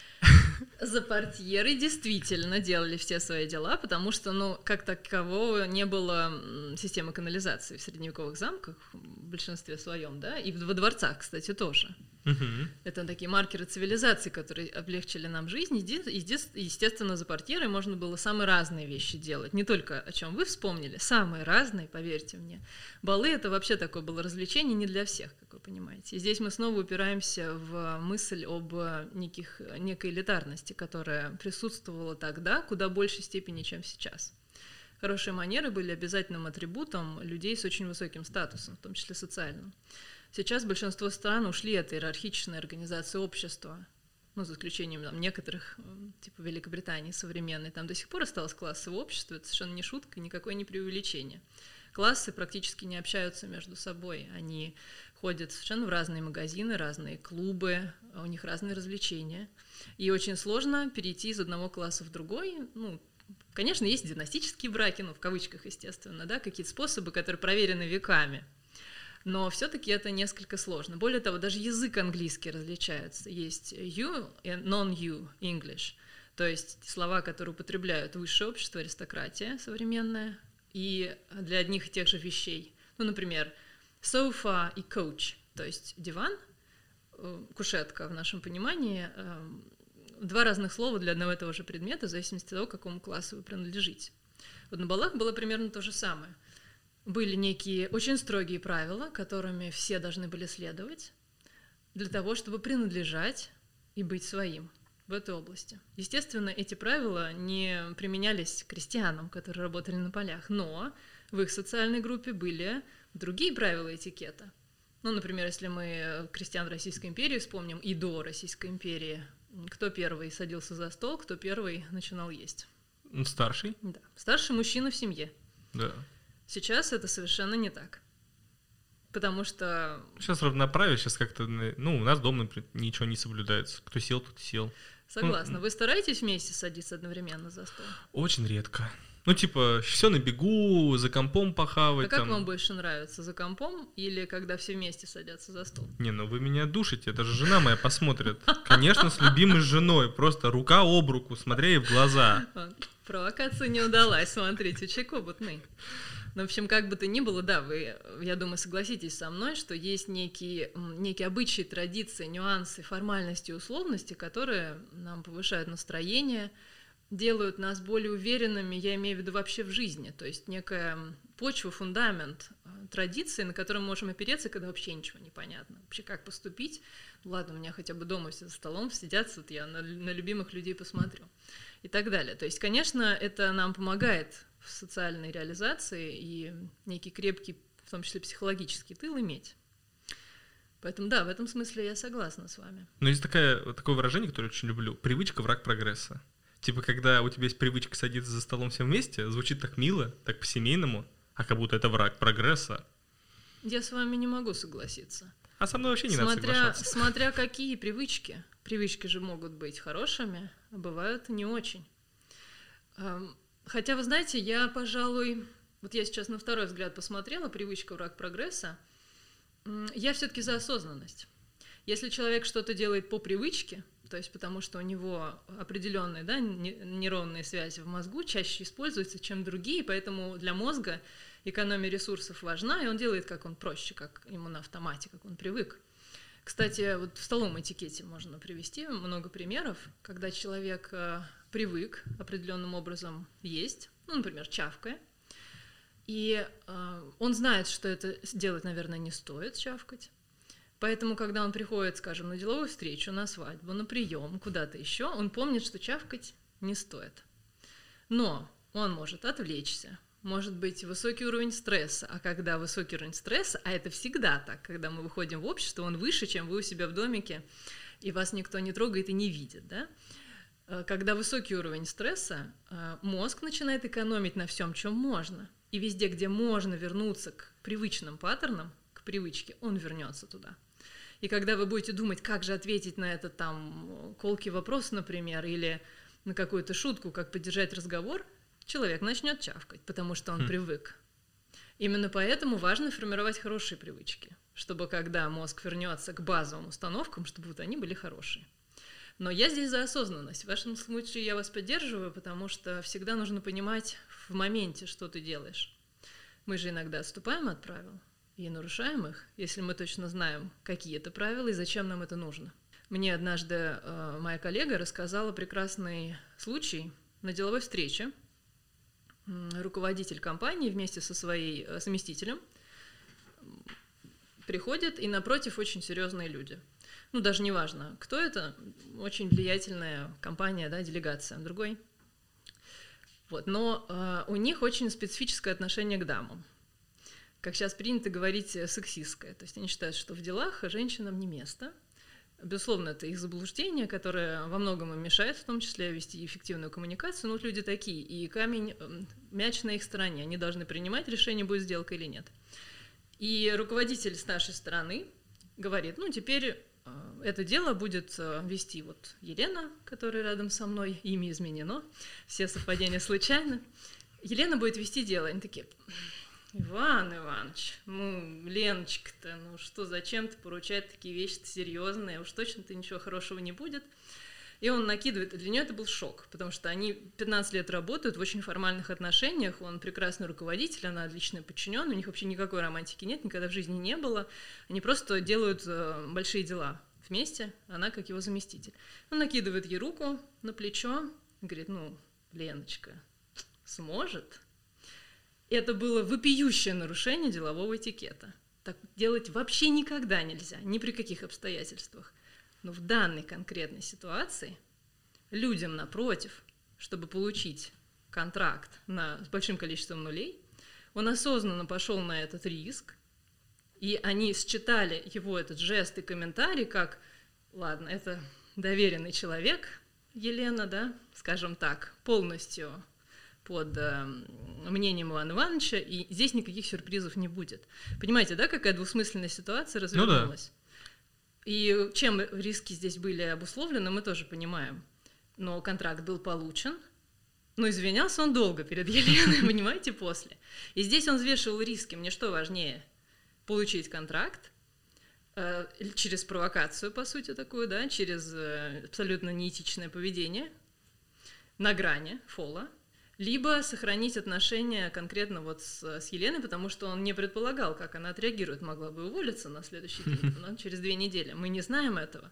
За портьерой действительно делали все свои дела, потому что, ну, как такового не было системы канализации в средневековых замках, в большинстве своем, да, и во дворцах, кстати, тоже. Uh-huh. Это такие маркеры цивилизации, которые облегчили нам жизнь. Естественно, за портьерой можно было самые разные вещи делать. Не только о чем вы вспомнили, самые разные, поверьте мне. Балы — это вообще такое было развлечение не для всех, как вы понимаете. И здесь мы снова упираемся в мысль об неких, некой элитарности, которая присутствовала тогда куда большей степени, чем сейчас. Хорошие манеры были обязательным атрибутом людей с очень высоким статусом, в том числе социальным. Сейчас большинство стран ушли от иерархичной организации общества, ну, за исключением там, некоторых, типа Великобритании современной. Там до сих пор осталось классовое общество, это совершенно не шутка, никакое не преувеличение. Классы практически не общаются между собой, они ходят совершенно в разные магазины, разные клубы, у них разные развлечения. И очень сложно перейти из одного класса в другой. Ну, конечно, есть династические браки, ну, в кавычках, естественно, да, какие-то способы, которые проверены веками. Но все-таки это несколько сложно. Более того, даже язык английский различается. Есть you и non-you English, то есть слова, которые употребляют высшее общество, аристократия современная, и для одних и тех же вещей. Ну, например, sofa и couch, то есть диван, кушетка в нашем понимании, два разных слова для одного и того же предмета, в зависимости от того, к какому классу вы принадлежите. Вот на балах было примерно то же самое. Были некие очень строгие правила, которыми все должны были следовать для того, чтобы принадлежать и быть своим в этой области. Естественно, эти правила не применялись к крестьянам, которые работали на полях, но в их социальной группе были другие правила этикета. Ну, например, если мы крестьян Российской империи вспомним, и до Российской империи, кто первый садился за стол, кто первый начинал есть? Старший? Да, старший мужчина в семье. Да. Сейчас это совершенно не так, потому что... Сейчас равноправие, сейчас как-то, ну, у нас дома, например, ничего не соблюдается. Кто сел, тот сел. Согласна. Ну, Вы стараетесь вместе садиться одновременно за стол? Очень редко. Ну, типа, все на бегу, за компом похавать. А как там... вам больше нравится, за компом или когда все вместе садятся за стол? Не, ну вы меня душите, даже жена моя посмотрит. Конечно, с любимой женой, просто рука об руку, смотря ей в глаза. Провокация не удалась, смотрите, человек опытный. Ну, в общем, как бы то ни было, да, вы, я думаю, согласитесь со мной, что есть некие, некие обычаи, традиции, нюансы, формальности и условности, которые нам повышают настроение, делают нас более уверенными, я имею в виду вообще в жизни, то есть некая почва, фундамент традиции, на котором мы можем опереться, когда вообще ничего не понятно. Вообще, как поступить? Ладно, у меня хотя бы дома все за столом сидят, вот я на, на любимых людей посмотрю и так далее. То есть, конечно, это нам помогает в социальной реализации и некий крепкий, в том числе психологический тыл иметь. Поэтому да, в этом смысле я согласна с вами. Но есть такое, такое выражение, которое я очень люблю. Привычка — враг прогресса. Типа, когда у тебя есть привычка садиться за столом все вместе, звучит так мило, так по-семейному, а как будто это враг прогресса. Я с вами не могу согласиться. А со мной вообще не смотря, надо соглашаться. Смотря какие привычки. Привычки же могут быть хорошими, а бывают не очень. Хотя, вы знаете, я, пожалуй, вот я сейчас на второй взгляд посмотрела, привычка враг прогресса, я все-таки за осознанность. Если человек что-то делает по привычке, то есть потому что у него определенные, да, нейронные связи в мозгу чаще используются, чем другие, поэтому для мозга экономия ресурсов важна, и он делает, как он проще, как ему на автомате, как он привык. Кстати, вот в столовом этикете можно привести много примеров, когда человек привык определенным образом есть, ну, например, чавкая, и он знает, что это делать, наверное, не стоит чавкать. Поэтому, когда он приходит, скажем, на деловую встречу, на свадьбу, на прием, куда-то еще, он помнит, что чавкать не стоит. Но он может отвлечься, может быть высокий уровень стресса. А когда высокий уровень стресса, а это всегда так, когда мы выходим в общество, он выше, чем вы у себя в домике, и вас никто не трогает и не видит, да? Когда высокий уровень стресса, мозг начинает экономить на всем, чем можно. И везде, где можно вернуться к привычным паттернам, к привычке, он вернется туда. И когда вы будете думать, как же ответить на этот там колкий вопрос, например, или на какую-то шутку, как поддержать разговор, человек начнет чавкать, потому что он mm. привык. Именно поэтому важно формировать хорошие привычки, чтобы когда мозг вернется к базовым установкам, чтобы вот они были хорошие. Но я здесь за осознанность. В вашем случае я вас поддерживаю, потому что всегда нужно понимать в моменте, что ты делаешь. Мы же иногда отступаем от правил и нарушаем их, если мы точно знаем, какие это правила и зачем нам это нужно. Мне однажды э, моя коллега рассказала прекрасный случай на деловой встрече. Руководитель компании вместе со своей заместителем приходит, и напротив очень серьезные люди. Ну, даже не важно, кто это, очень влиятельная компания, да, делегация, другой. Вот, но э, у них очень специфическое отношение к дамам. Как сейчас принято говорить, сексистское. То есть они считают, что в делах женщинам не место. Безусловно, это их заблуждение, которое во многом им мешает, в том числе вести эффективную коммуникацию. Но вот люди такие, и камень, мяч на их стороне. Они должны принимать решение, будет сделка или нет. И руководитель с нашей стороны говорит, ну, теперь это дело будет вести вот Елена, которая рядом со мной, имя изменено, все совпадения случайны. Елена будет вести дело. Они такие... Иван Иванович, ну, Леночка-то, ну что, зачем ты поручать такие вещи-то серьезные, уж точно-то ничего хорошего не будет. И он накидывает, и для нее это был шок, потому что они пятнадцать лет работают в очень формальных отношениях, он прекрасный руководитель, она отличная подчиненная, у них вообще никакой романтики нет, никогда в жизни не было, они просто делают большие дела вместе, она как его заместитель. Он накидывает ей руку на плечо, говорит, ну, Леночка, сможет? Это было вопиющее нарушение делового этикета. Так делать вообще никогда нельзя, ни при каких обстоятельствах. Но в данной конкретной ситуации людям напротив, чтобы получить контракт на, с большим количеством нулей, он осознанно пошел на этот риск, и они считали его этот жест и комментарий как, ладно, это доверенный человек, Елена, да, скажем так, полностью... под э, мнением Ивана Ивановича, и здесь никаких сюрпризов не будет. Понимаете, да, какая двусмысленная ситуация развернулась? Ну да. И чем риски здесь были обусловлены, мы тоже понимаем. Но контракт был получен, но извинялся он долго перед Еленой, понимаете, после. И здесь он взвешивал риски. Мне что важнее? Получить контракт э, через провокацию, по сути, такую, да, через э, абсолютно неэтичное поведение, на грани фола, либо сохранить отношения конкретно вот с, с Еленой, потому что он не предполагал, как она отреагирует, могла бы уволиться на следующий день, но через две недели. Мы не знаем этого.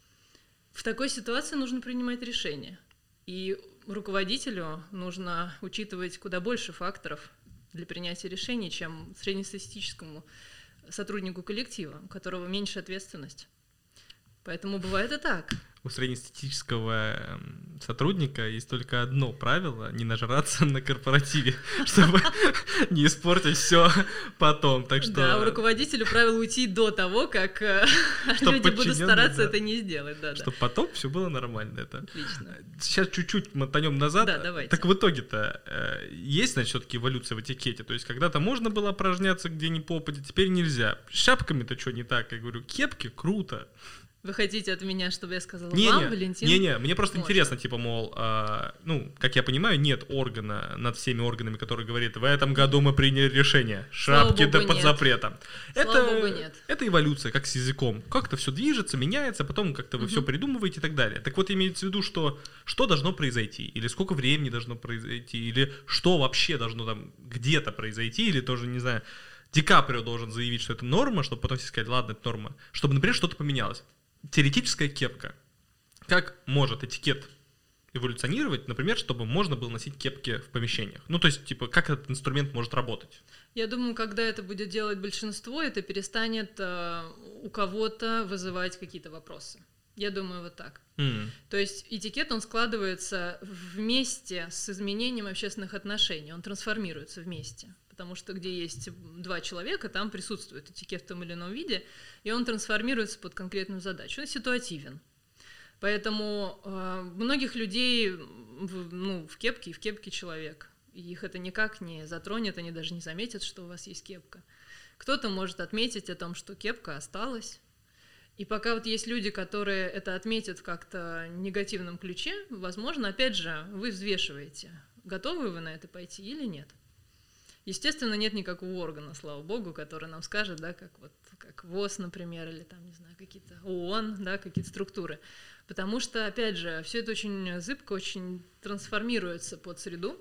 В такой ситуации нужно принимать решение. И руководителю нужно учитывать куда больше факторов для принятия решений, чем среднестатистическому сотруднику коллектива, у которого меньше ответственность. Поэтому бывает и так. У среднестатистического сотрудника есть только одно правило — не нажраться на корпоративе, чтобы не испортить все потом. Так что... Да, у руководителя правило уйти до того, как люди будут стараться это не сделать. Чтобы потом все было нормально. Отлично. Сейчас чуть-чуть мотанем назад. Да, давайте. Так в итоге-то есть, значит, все-таки эволюция в этикете. То есть когда-то можно было упражняться где ни попадя, теперь нельзя. С шапками-то что не так? Я говорю, кепки — круто. Вы хотите от меня, чтобы я сказала не, вам, не, Валентин? Не-не, мне просто Можно. интересно, типа, мол, а, ну, как я понимаю, нет органа над всеми органами, который говорит, в этом году мы приняли решение, шапки да под нет. запретом. Слава это, Богу, нет. Это эволюция, как с языком. Как-то все движется, меняется, потом как-то вы угу. все придумываете и так далее. Так вот, имеется в виду, что что должно произойти, или сколько времени должно произойти, или что вообще должно там где-то произойти, или тоже, не знаю, Ди Каприо должен заявить, что это норма, чтобы потом все сказали, ладно, это норма, чтобы, например, что-то поменялось. Теоретическая кепка. Как может этикет эволюционировать, например, чтобы можно было носить кепки в помещениях? Ну, то есть, типа, как этот инструмент может работать? Я думаю, когда это будет делать большинство, это перестанет э, у кого-то вызывать какие-то вопросы. Я думаю, вот так. Mm. То есть этикет, он складывается вместе с изменением общественных отношений, он трансформируется вместе. Потому что где есть два человека, там присутствует этикет в том или ином виде, и он трансформируется под конкретную задачу. Он ситуативен. Поэтому э, многих людей в, ну, в кепке и в кепке человек. И их это никак не затронет, они даже не заметят, что у вас есть кепка. Кто-то может отметить о том, что кепка осталась. И пока вот есть люди, которые это отметят в как-то негативном ключе, возможно, опять же, вы взвешиваете, готовы вы на это пойти или нет. Естественно, нет никакого органа, слава богу, который нам скажет, да, как вот как ВОЗ, например, или там, не знаю, какие-то ООН, да, какие-то структуры. Потому что, опять же, все это очень зыбко, очень трансформируется под среду.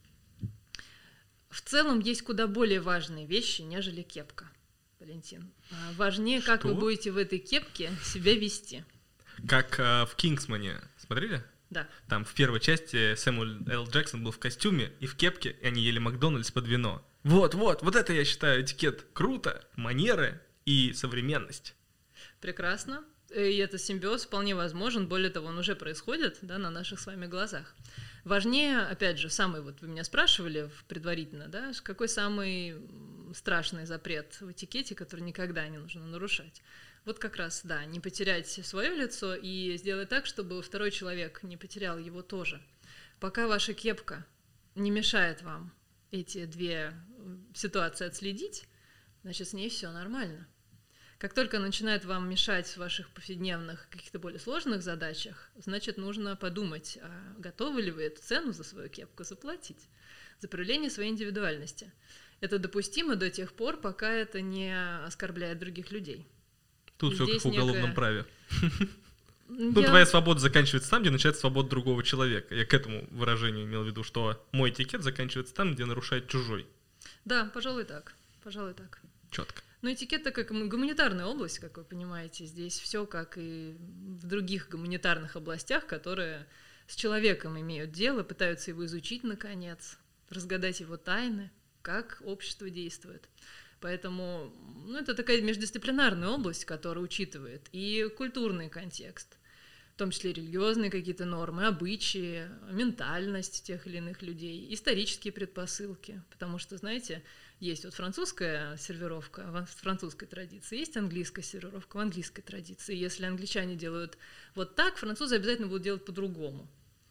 В целом есть куда более важные вещи, нежели кепка, Валентин. Важнее, Что? как вы будете в этой кепке себя вести. Как э, в «Кингсмане». Смотрели? Да. Там в первой части Сэмюэл Л. Джексон был в костюме и в кепке, и они ели Макдональдс под вино. Вот, вот, вот это я считаю этикет. Круто, манеры и современность. Прекрасно. И этот симбиоз вполне возможен, более того, он уже происходит, да, на наших с вами глазах. Важнее, опять же, самый, вот вы меня спрашивали предварительно, да, какой самый страшный запрет в этикете, который никогда не нужно нарушать. Вот как раз, да, не потерять свое лицо и сделать так, чтобы второй человек не потерял его тоже. Пока ваша кепка не мешает вам эти две ситуации отследить, значит, с ней все нормально. Как только начинает вам мешать в ваших повседневных, каких-то более сложных задачах, значит, нужно подумать, а готовы ли вы эту цену за свою кепку заплатить, за проявление своей индивидуальности. Это допустимо до тех пор, пока это не оскорбляет других людей. Тут И все как в уголовном некое... праве. Я... Ну, твоя свобода заканчивается там, где начинается свобода другого человека. Я к этому выражению имел в виду, что мой этикет заканчивается там, где нарушает чужой. Да, пожалуй, так. Пожалуй, так. Четко. Но этикет — это как гуманитарная область, как вы понимаете. Здесь все как и в других гуманитарных областях, которые с человеком имеют дело, пытаются его изучить, наконец, разгадать его тайны, как общество действует. Поэтому ну, это такая междисциплинарная область, которая учитывает и культурный контекст, в том числе религиозные какие-то нормы, обычаи, ментальность тех или иных людей, исторические предпосылки. Потому что, знаете, есть вот французская сервировка в французской традиции, есть английская сервировка в английской традиции. Если англичане делают вот так, французы обязательно будут делать по-другому.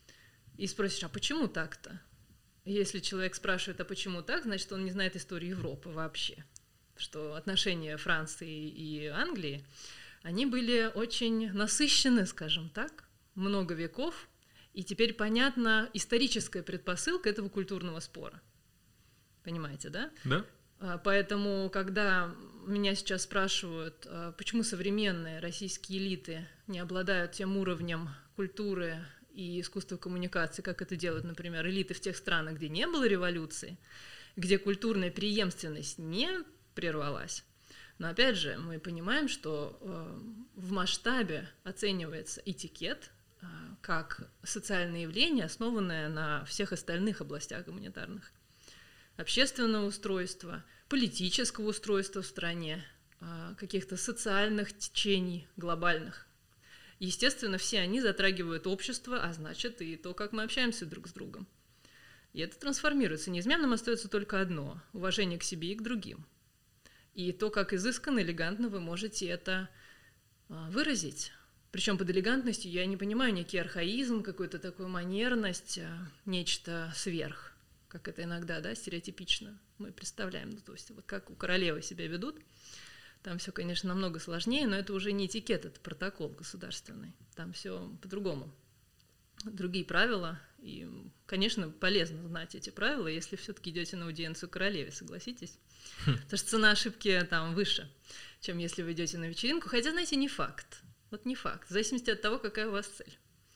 И спросишь, а почему так-то? Если человек спрашивает, а почему так, значит, он не знает историю Европы вообще. Что отношения Франции и Англии, они были очень насыщены, скажем так, много веков, и теперь понятна историческая предпосылка этого культурного спора. Понимаете, да? Да. Поэтому, когда меня сейчас спрашивают, почему современные российские элиты не обладают тем уровнем культуры и искусства коммуникации, как это делают, например, элиты в тех странах, где не было революции, где культурная преемственность не прервалась. Но опять же, мы понимаем, что э, в масштабе оценивается этикет э, как социальное явление, основанное на всех остальных областях гуманитарных. Общественного устройства, политического устройства в стране, э, каких-то социальных течений глобальных. Естественно, все они затрагивают общество, а значит и то, как мы общаемся друг с другом. И это трансформируется. Неизменным остается только одно – уважение к себе и к другим. И то, как изысканно, элегантно вы можете это выразить. Причем под элегантностью я не понимаю некий архаизм, какую-то такую манерность, нечто сверх, как это иногда, да, стереотипично мы представляем. Ну, то есть вот как у королевы себя ведут, Там все, конечно, намного сложнее, но это уже не этикет, это протокол государственный. Там все по-другому. Другие правила. И, конечно, полезно знать эти правила, если все-таки идете на аудиенцию к королеве, согласитесь? Хм. Потому что цена ошибки там выше, чем если вы идете на вечеринку. Хотя, знаете, не факт. Вот не факт. В зависимости от того, какая у вас цель.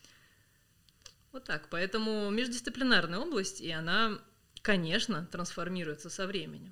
Вот так. Поэтому междисциплинарная область, и она, конечно, трансформируется со временем.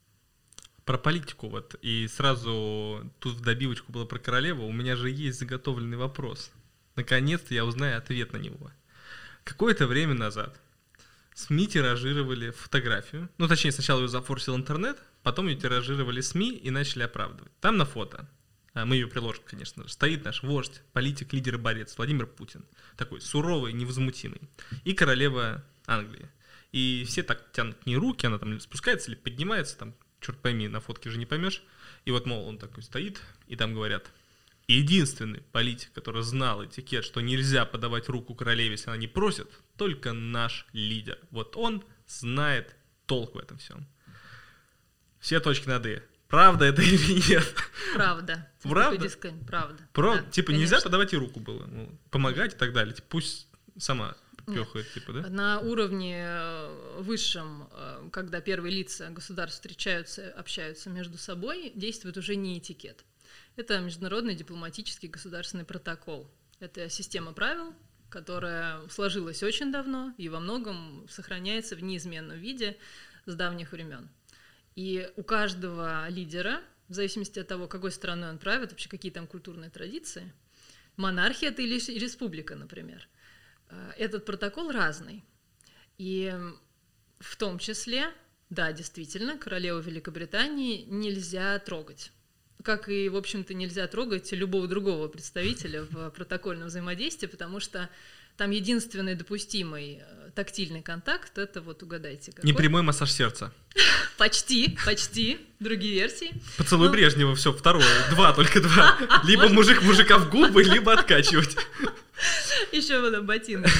Про политику вот, и сразу тут в добивочку было про королеву, у меня же есть заготовленный вопрос. Наконец-то я узнаю ответ на него. Какое-то время назад СМИ тиражировали фотографию, ну точнее сначала ее зафорсил интернет, потом ее тиражировали СМИ и начали оправдывать. Там на фото, мы ее приложим, конечно же, стоит наш вождь, политик, лидер и борец Владимир Путин, такой суровый, невозмутимый, и королева Англии. И все так тянут к ней руки, она там спускается или поднимается, там, черт пойми, на фотке же не поймешь. И вот, мол, он такой стоит, и там говорят, единственный политик, который знал этикет, что нельзя подавать руку королеве, если она не просит, только наш лидер. Вот он знает толк в этом всем. Все точки над «и». Правда это или нет? Правда. Правда? Правда. Про... Да, типа конечно. Нельзя подавать ей руку было, ну, помогать и так далее. Типа, пусть сама пёхает, типа, да? На уровне высшем, когда первые лица государств встречаются, общаются между собой, действует уже не этикет. Это международный дипломатический государственный протокол. Это система правил, которая сложилась очень давно и во многом сохраняется в неизменном виде с давних времен. И у каждого лидера, в зависимости от того, какой страной он правит, вообще какие там культурные традиции, монархия это или республика, например, этот протокол разный. И в том числе, да, действительно, королеву Великобритании нельзя трогать. Как и, в общем-то, нельзя трогать любого другого представителя в протокольном взаимодействии, потому что там единственный допустимый тактильный контакт — это вот угадайте какой. Непрямой массаж сердца. Почти, почти. Другие версии. Поцелуй ну... Брежнева, все, второе. Два, только два. Либо мужик мужика в губы, либо откачивать. Еще вот ботинок.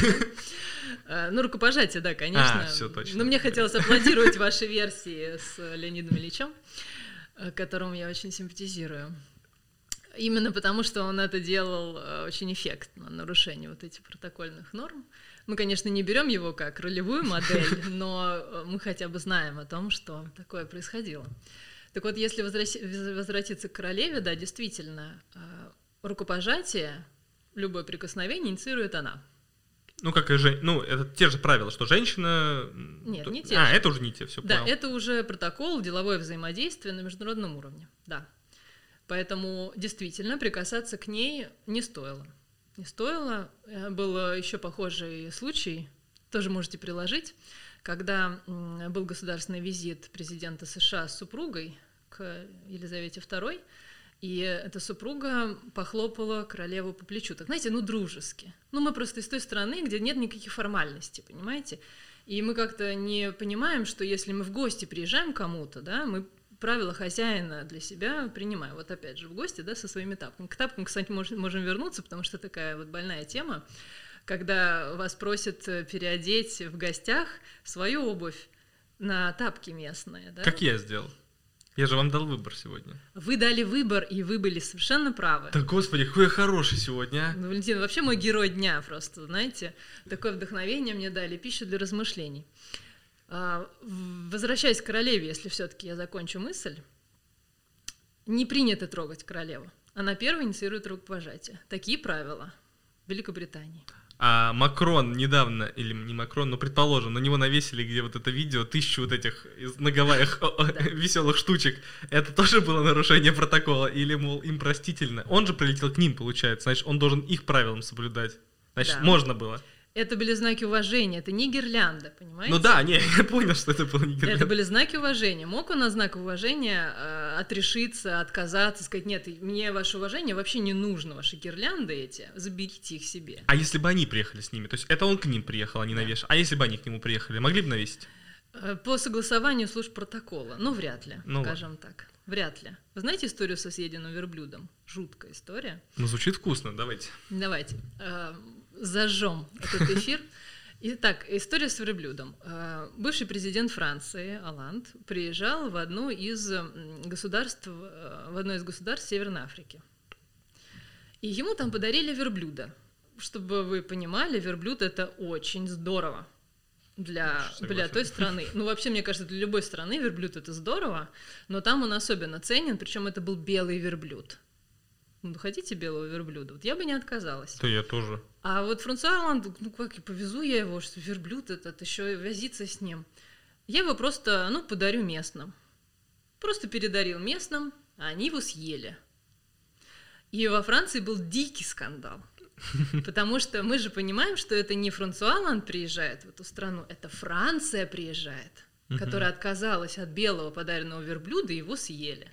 Ну, рукопожатие, да, конечно. А, все точно. Но мне хотелось аплодировать ваши версии с Леонидом Ильичем, которому я очень симпатизирую. Именно потому, что он это делал очень эффектно, нарушение вот этих протокольных норм. Мы, конечно, не берем его как ролевую модель, но мы хотя бы знаем о том, что такое происходило. Так вот, если возвратиться к королеве, да, действительно, рукопожатие, любое прикосновение инициирует она. Ну, как и же, ну, это те же правила, что женщина... Нет, не те А, же. это уже не те, все Да, понял. это уже протокол, деловое взаимодействие на международном уровне, да. Поэтому действительно прикасаться к ней не стоило. Не стоило. Был еще похожий случай, тоже можете приложить, когда был государственный визит президента США с супругой к Елизавете второй, и эта супруга похлопала королеву по плечу. Так, знаете, ну, дружески. Ну, мы просто из той страны, где нет никаких формальностей, понимаете? И мы как-то не понимаем, что если мы в гости приезжаем к кому-то, да, мы правила хозяина для себя принимаем. Вот опять же в гости, да, со своими тапками. К тапкам, кстати, можем, можем вернуться, потому что такая вот больная тема, когда вас просят переодеть в гостях свою обувь на тапки местные. Да? Как я сделал? Я же вам дал выбор сегодня. Вы дали выбор, и вы были совершенно правы. Да, господи, какой я хороший сегодня, а? Ну, Валентин, вообще мой герой дня просто, знаете. Такое вдохновение мне дали, пищу для размышлений. Возвращаясь к королеве, если все-таки я закончу мысль, не принято трогать королеву. Она первая инициирует рукопожатие. Такие правила в Великобритании. А Макрон недавно, или не Макрон, но предположим, на него навесили, где вот это видео, тысячу вот этих на Гавайях веселых штучек. Это тоже было нарушение протокола? Или, мол, им простительно? Он же прилетел к ним, получается. Значит, он должен их правилам соблюдать. Значит, да. Можно было. Это были знаки уважения, это не гирлянда, понимаете? Ну да, не, я понял, что это было не гирлянда. Это были знаки уважения. Мог он на знак уважения э, отрешиться, отказаться, сказать, нет, мне ваше уважение вообще не нужно, ваши гирлянды эти, заберите их себе. А если бы они приехали с ними? То есть это он к ним приехал, они да. навешали. А если бы они к нему приехали, могли бы навесить? По согласованию служб протокола. Ну, вряд ли, ну, скажем ладно. так. Вряд ли. Вы знаете историю со съеденным верблюдом? Жуткая история. Ну, звучит вкусно, давайте. Давайте. Зажжем этот эфир Итак, история с верблюдом. Бывший президент Франции Олланд приезжал в одно из государств, в одно из государств Северной Африки. И ему там подарили верблюда. Чтобы вы понимали, верблюд — это очень здорово для, для той страны. Ну, вообще, мне кажется, для любой страны верблюд — это здорово, но там он особенно ценен, причем это был белый верблюд. Ну, хотите белого верблюда? Вот я бы не отказалась. Да я тоже. А вот Франсуа Олланд, ну как, и повезу я его, что верблюд этот, еще и возиться с ним. Я его просто, ну, подарю местным. Просто передарил местным, а они его съели. И во Франции был дикий скандал. Потому что мы же понимаем, что это не Франсуа Олланд приезжает в эту страну, это Франция приезжает, которая отказалась от белого подаренного верблюда, и его съели.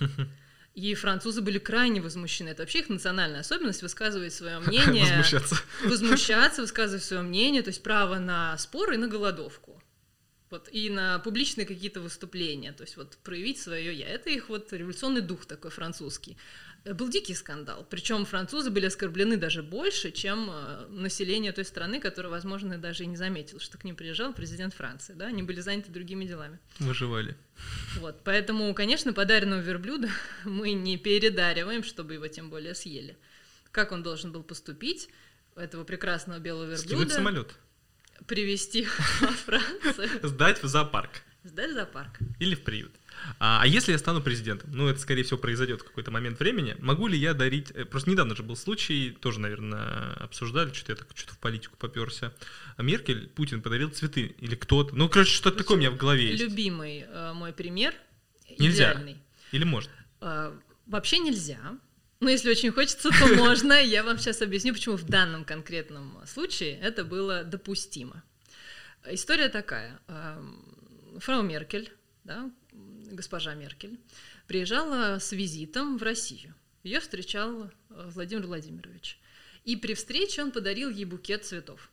И французы были крайне возмущены. Это вообще их национальная особенность — высказывать свое мнение. Возмущаться. Возмущаться, высказывать свое мнение, то есть право на спор и на голодовку. Вот, и на публичные какие-то выступления, то есть вот проявить свое «я». Это их вот революционный дух такой французский. Был дикий скандал. Причем французы были оскорблены даже больше, чем население той страны, которое, возможно, даже и не заметило, что к ним приезжал президент Франции. Да? Они были заняты другими делами. Выживали. Вот. Поэтому, конечно, подаренного верблюда мы не передариваем, чтобы его тем более съели. Как он должен был поступить, этого прекрасного белого верблюда? Скинуть самолет. Привезти во Францию. Сдать в зоопарк. Сдать в зоопарк. Или в приют. А, а если я стану президентом, ну это, скорее всего, произойдет в какой-то момент времени, могу ли я дарить... Просто недавно же был случай, тоже, наверное, обсуждали, что-то я так что-то в политику попёрся. Меркель, Путин подарил цветы, или кто-то... Ну, короче, что-то такое у меня в голове есть. Любимый э, мой пример. Нельзя. Идеальный. Или можно? Э, вообще нельзя. Но если очень хочется, то можно. Я вам сейчас объясню, почему в данном конкретном случае это было допустимо. История такая. Фрау Меркель, да, госпожа Меркель, приезжала с визитом в Россию. Ее встречал Владимир Владимирович. И при встрече он подарил ей букет цветов.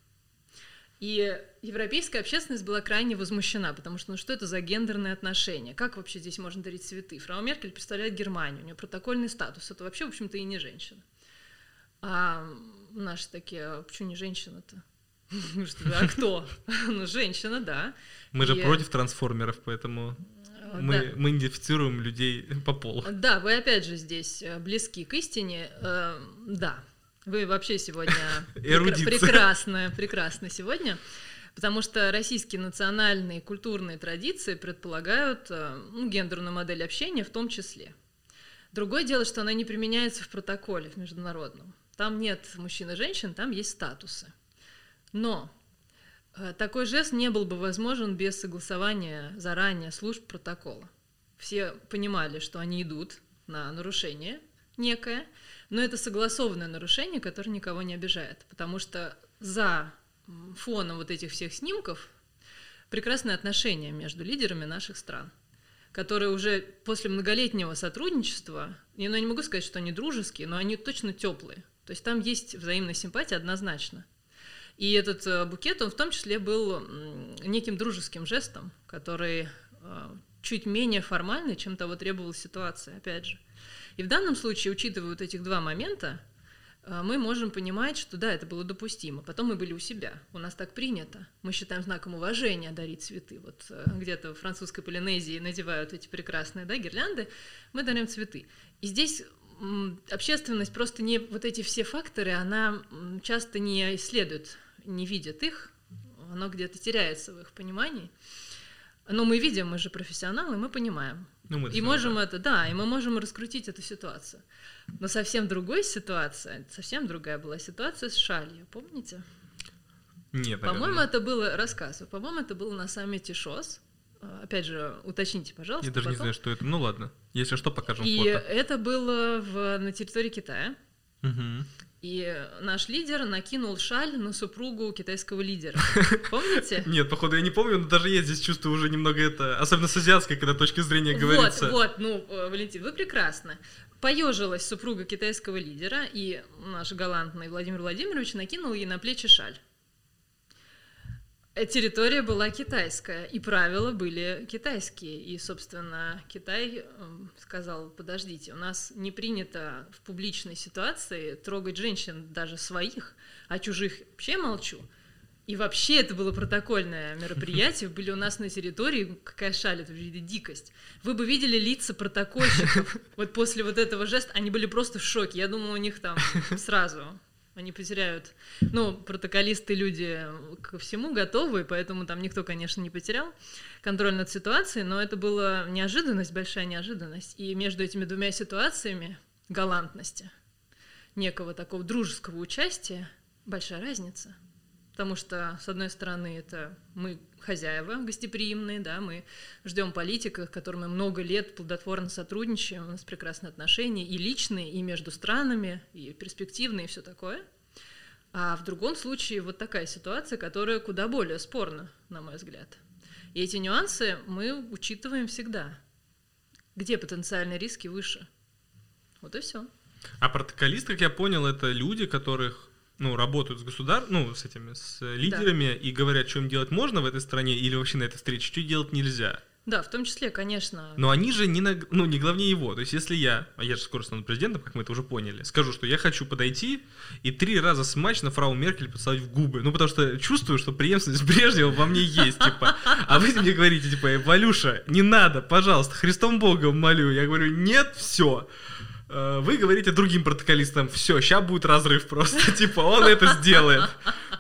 И европейская общественность была крайне возмущена, потому что ну что это за гендерные отношения? Как вообще здесь можно дарить цветы? Фрау Меркель представляет Германию, у нее протокольный статус. Это вообще, в общем-то, и не женщина. А наши такие, а почему не женщина-то? А кто? Ну, женщина, да. Мы же против трансформеров, поэтому мы, мы идентифицируем людей по полу. Да, вы опять же здесь близки к истине. Да, вы вообще сегодня прекрасны, прекрасны сегодня, потому что российские национальные культурные традиции предполагают ну, гендерную модель общения в том числе. Другое дело, что она не применяется в протоколе в международном. Там нет мужчин и женщин, там есть статусы. Но э, такой жест не был бы возможен без согласования заранее служб протокола. Все понимали, что они идут на нарушение некое, но это согласованное нарушение, которое никого не обижает, потому что за фоном вот этих всех снимков прекрасные отношения между лидерами наших стран, которые уже после многолетнего сотрудничества, я ну, не могу сказать, что они дружеские, но они точно теплые. То есть там есть взаимная симпатия однозначно. И этот букет, он в том числе был неким дружеским жестом, который чуть менее формальный, чем того требовала ситуация, опять же. И в данном случае, учитывая вот этих два момента, мы можем понимать, что да, это было допустимо. Потом мы были у себя, у нас так принято. Мы считаем знаком уважения дарить цветы. Вот где-то в французской Полинезии надевают эти прекрасные да, гирлянды, мы дарим цветы. И здесь общественность просто не... Вот эти все факторы, она часто не исследует, не видит их, оно где-то теряется в их понимании. Но мы видим, мы же профессионалы, мы понимаем. Ну, мы и можем да. это, да, и мы можем раскрутить эту ситуацию. Но совсем другая ситуация, совсем другая была ситуация с шалью, помните? Нет, по-моему, это было рассказ. По-моему, это было на саммите ШОС. Опять же, уточните, пожалуйста. Я даже потом. не знаю, что это. Ну ладно, если что, покажем и фото. И это было в, на территории Китая. Угу. И наш лидер накинул шаль на супругу китайского лидера. Помните? Нет, походу, я не помню, но даже я здесь чувствую уже немного это, особенно с азиатской, когда точки зрения говорится. Вот, вот, ну, Валентин, вы прекрасно. Поежилась супруга китайского лидера, и наш галантный Владимир Владимирович накинул ей на плечи шаль. Территория была китайская, и правила были китайские. И, собственно, Китай сказал, подождите, у нас не принято в публичной ситуации трогать женщин даже своих, а чужих вообще молчу. И вообще это было протокольное мероприятие, были у нас на территории, какая шаль, это уже дикость. Вы бы видели лица протокольщиков вот после вот этого жеста, они были просто в шоке. Я думала, у них там сразу они потеряют. Ну, протоколисты люди ко всему готовы, поэтому там никто, конечно, не потерял контроль над ситуацией, но это была неожиданность, большая неожиданность. И между этими двумя ситуациями галантности, некого такого дружеского участия, большая разница. Потому что, с одной стороны, это мы хозяева гостеприимные, да, мы ждем политика, с которым мы много лет плодотворно сотрудничаем, у нас прекрасные отношения и личные, и между странами, и перспективные, и все такое. А в другом случае вот такая ситуация, которая куда более спорна, на мой взгляд. И эти нюансы мы учитываем всегда. Где потенциальные риски выше? Вот и все. А протоколисты, как я понял, это люди, которых ну, работают с государ... ну, с этими, с лидерами, да. И говорят, что им делать можно в этой стране или вообще на этой встрече, что делать нельзя. Да, в том числе, конечно. Но они же не, на... ну, не главнее его. То есть, если я, а я же скоро стану президентом, как мы это уже поняли, скажу, что я хочу подойти и три раза смачно фрау Меркель поцеловать в губы. Ну, потому что чувствую, что преемственность Брежнева во мне есть, типа. А вы мне говорите, типа, Валюша, не надо, пожалуйста, Христом Богом молю. Я говорю, нет, все. Вы говорите другим протоколистам, все, сейчас будет разрыв просто, типа, он это сделает.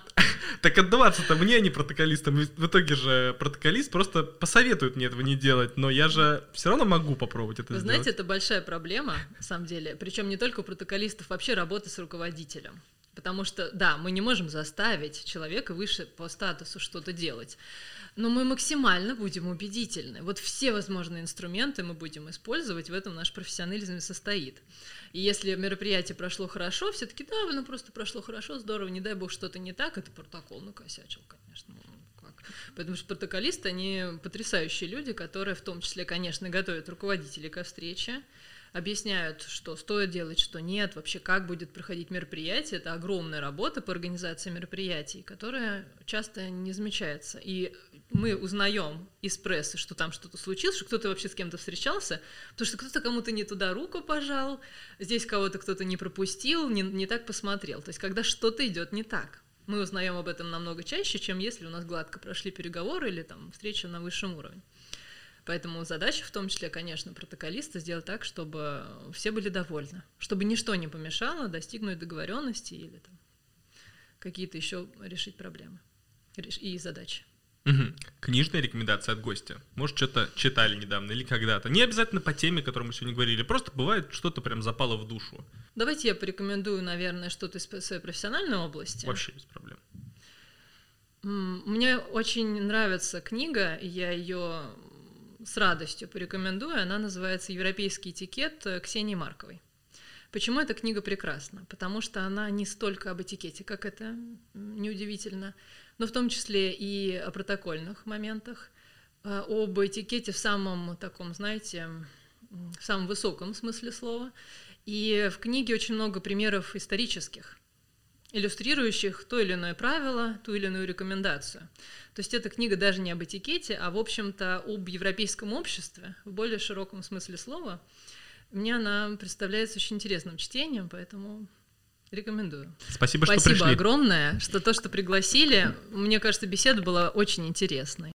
Так отдаваться-то мне, а не протоколистам. В итоге же протоколист просто посоветует мне этого не делать, но я же все равно могу попробовать это Вы сделать. знаете, это большая проблема, на самом деле, причем не только у протоколистов, вообще работа с руководителем. Потому что, да, мы не можем заставить человека выше по статусу что-то делать, но мы максимально будем убедительны. Вот все возможные инструменты мы будем использовать, в этом наш профессионализм и состоит. И если мероприятие прошло хорошо, все таки да, ну просто прошло хорошо, здорово, не дай бог что-то не так, это протокол накосячил, конечно. Ну, как? Потому что протоколисты, они потрясающие люди, которые в том числе, конечно, готовят руководителей ко встрече, объясняют, что стоит делать, что нет, вообще как будет проходить мероприятие. Это огромная работа по организации мероприятий, которая часто не замечается. И мы узнаем из прессы, что там что-то случилось, что кто-то вообще с кем-то встречался, потому что кто-то кому-то не туда руку пожал, здесь кого-то кто-то не пропустил, не, не так посмотрел. То есть когда что-то идет не так. Мы узнаем об этом намного чаще, чем если у нас гладко прошли переговоры или там встреча на высшем уровне. Поэтому задача, в том числе, конечно, протоколиста, сделать так, чтобы все были довольны, чтобы ничто не помешало достигнуть договоренности или там, какие-то еще решить проблемы и задачи. Угу. Книжная рекомендация от гостя. Может, что-то читали недавно или когда-то. Не обязательно по теме, о которой мы сегодня говорили. Просто бывает, что-то прям запало в душу. Давайте я порекомендую, наверное, что-то из своей профессиональной области. Вообще без проблем. Мне очень нравится книга, и я ее с радостью порекомендую. Она называется «Европейский этикет» Ксении Марковой. Почему эта книга прекрасна? Потому что она не столько об этикете, как это неудивительно, но в том числе и о протокольных моментах, об этикете в самом таком, знаете, в самом высоком смысле слова. И в книге очень много примеров исторических, иллюстрирующих то или иное правило, ту или иную рекомендацию. То есть эта книга даже не об этикете, а, в общем-то, об европейском обществе в более широком смысле слова. Мне она представляется очень интересным чтением, поэтому рекомендую. Спасибо, что Спасибо пришли. огромное, что то, что пригласили. Мне кажется, беседа была очень интересной.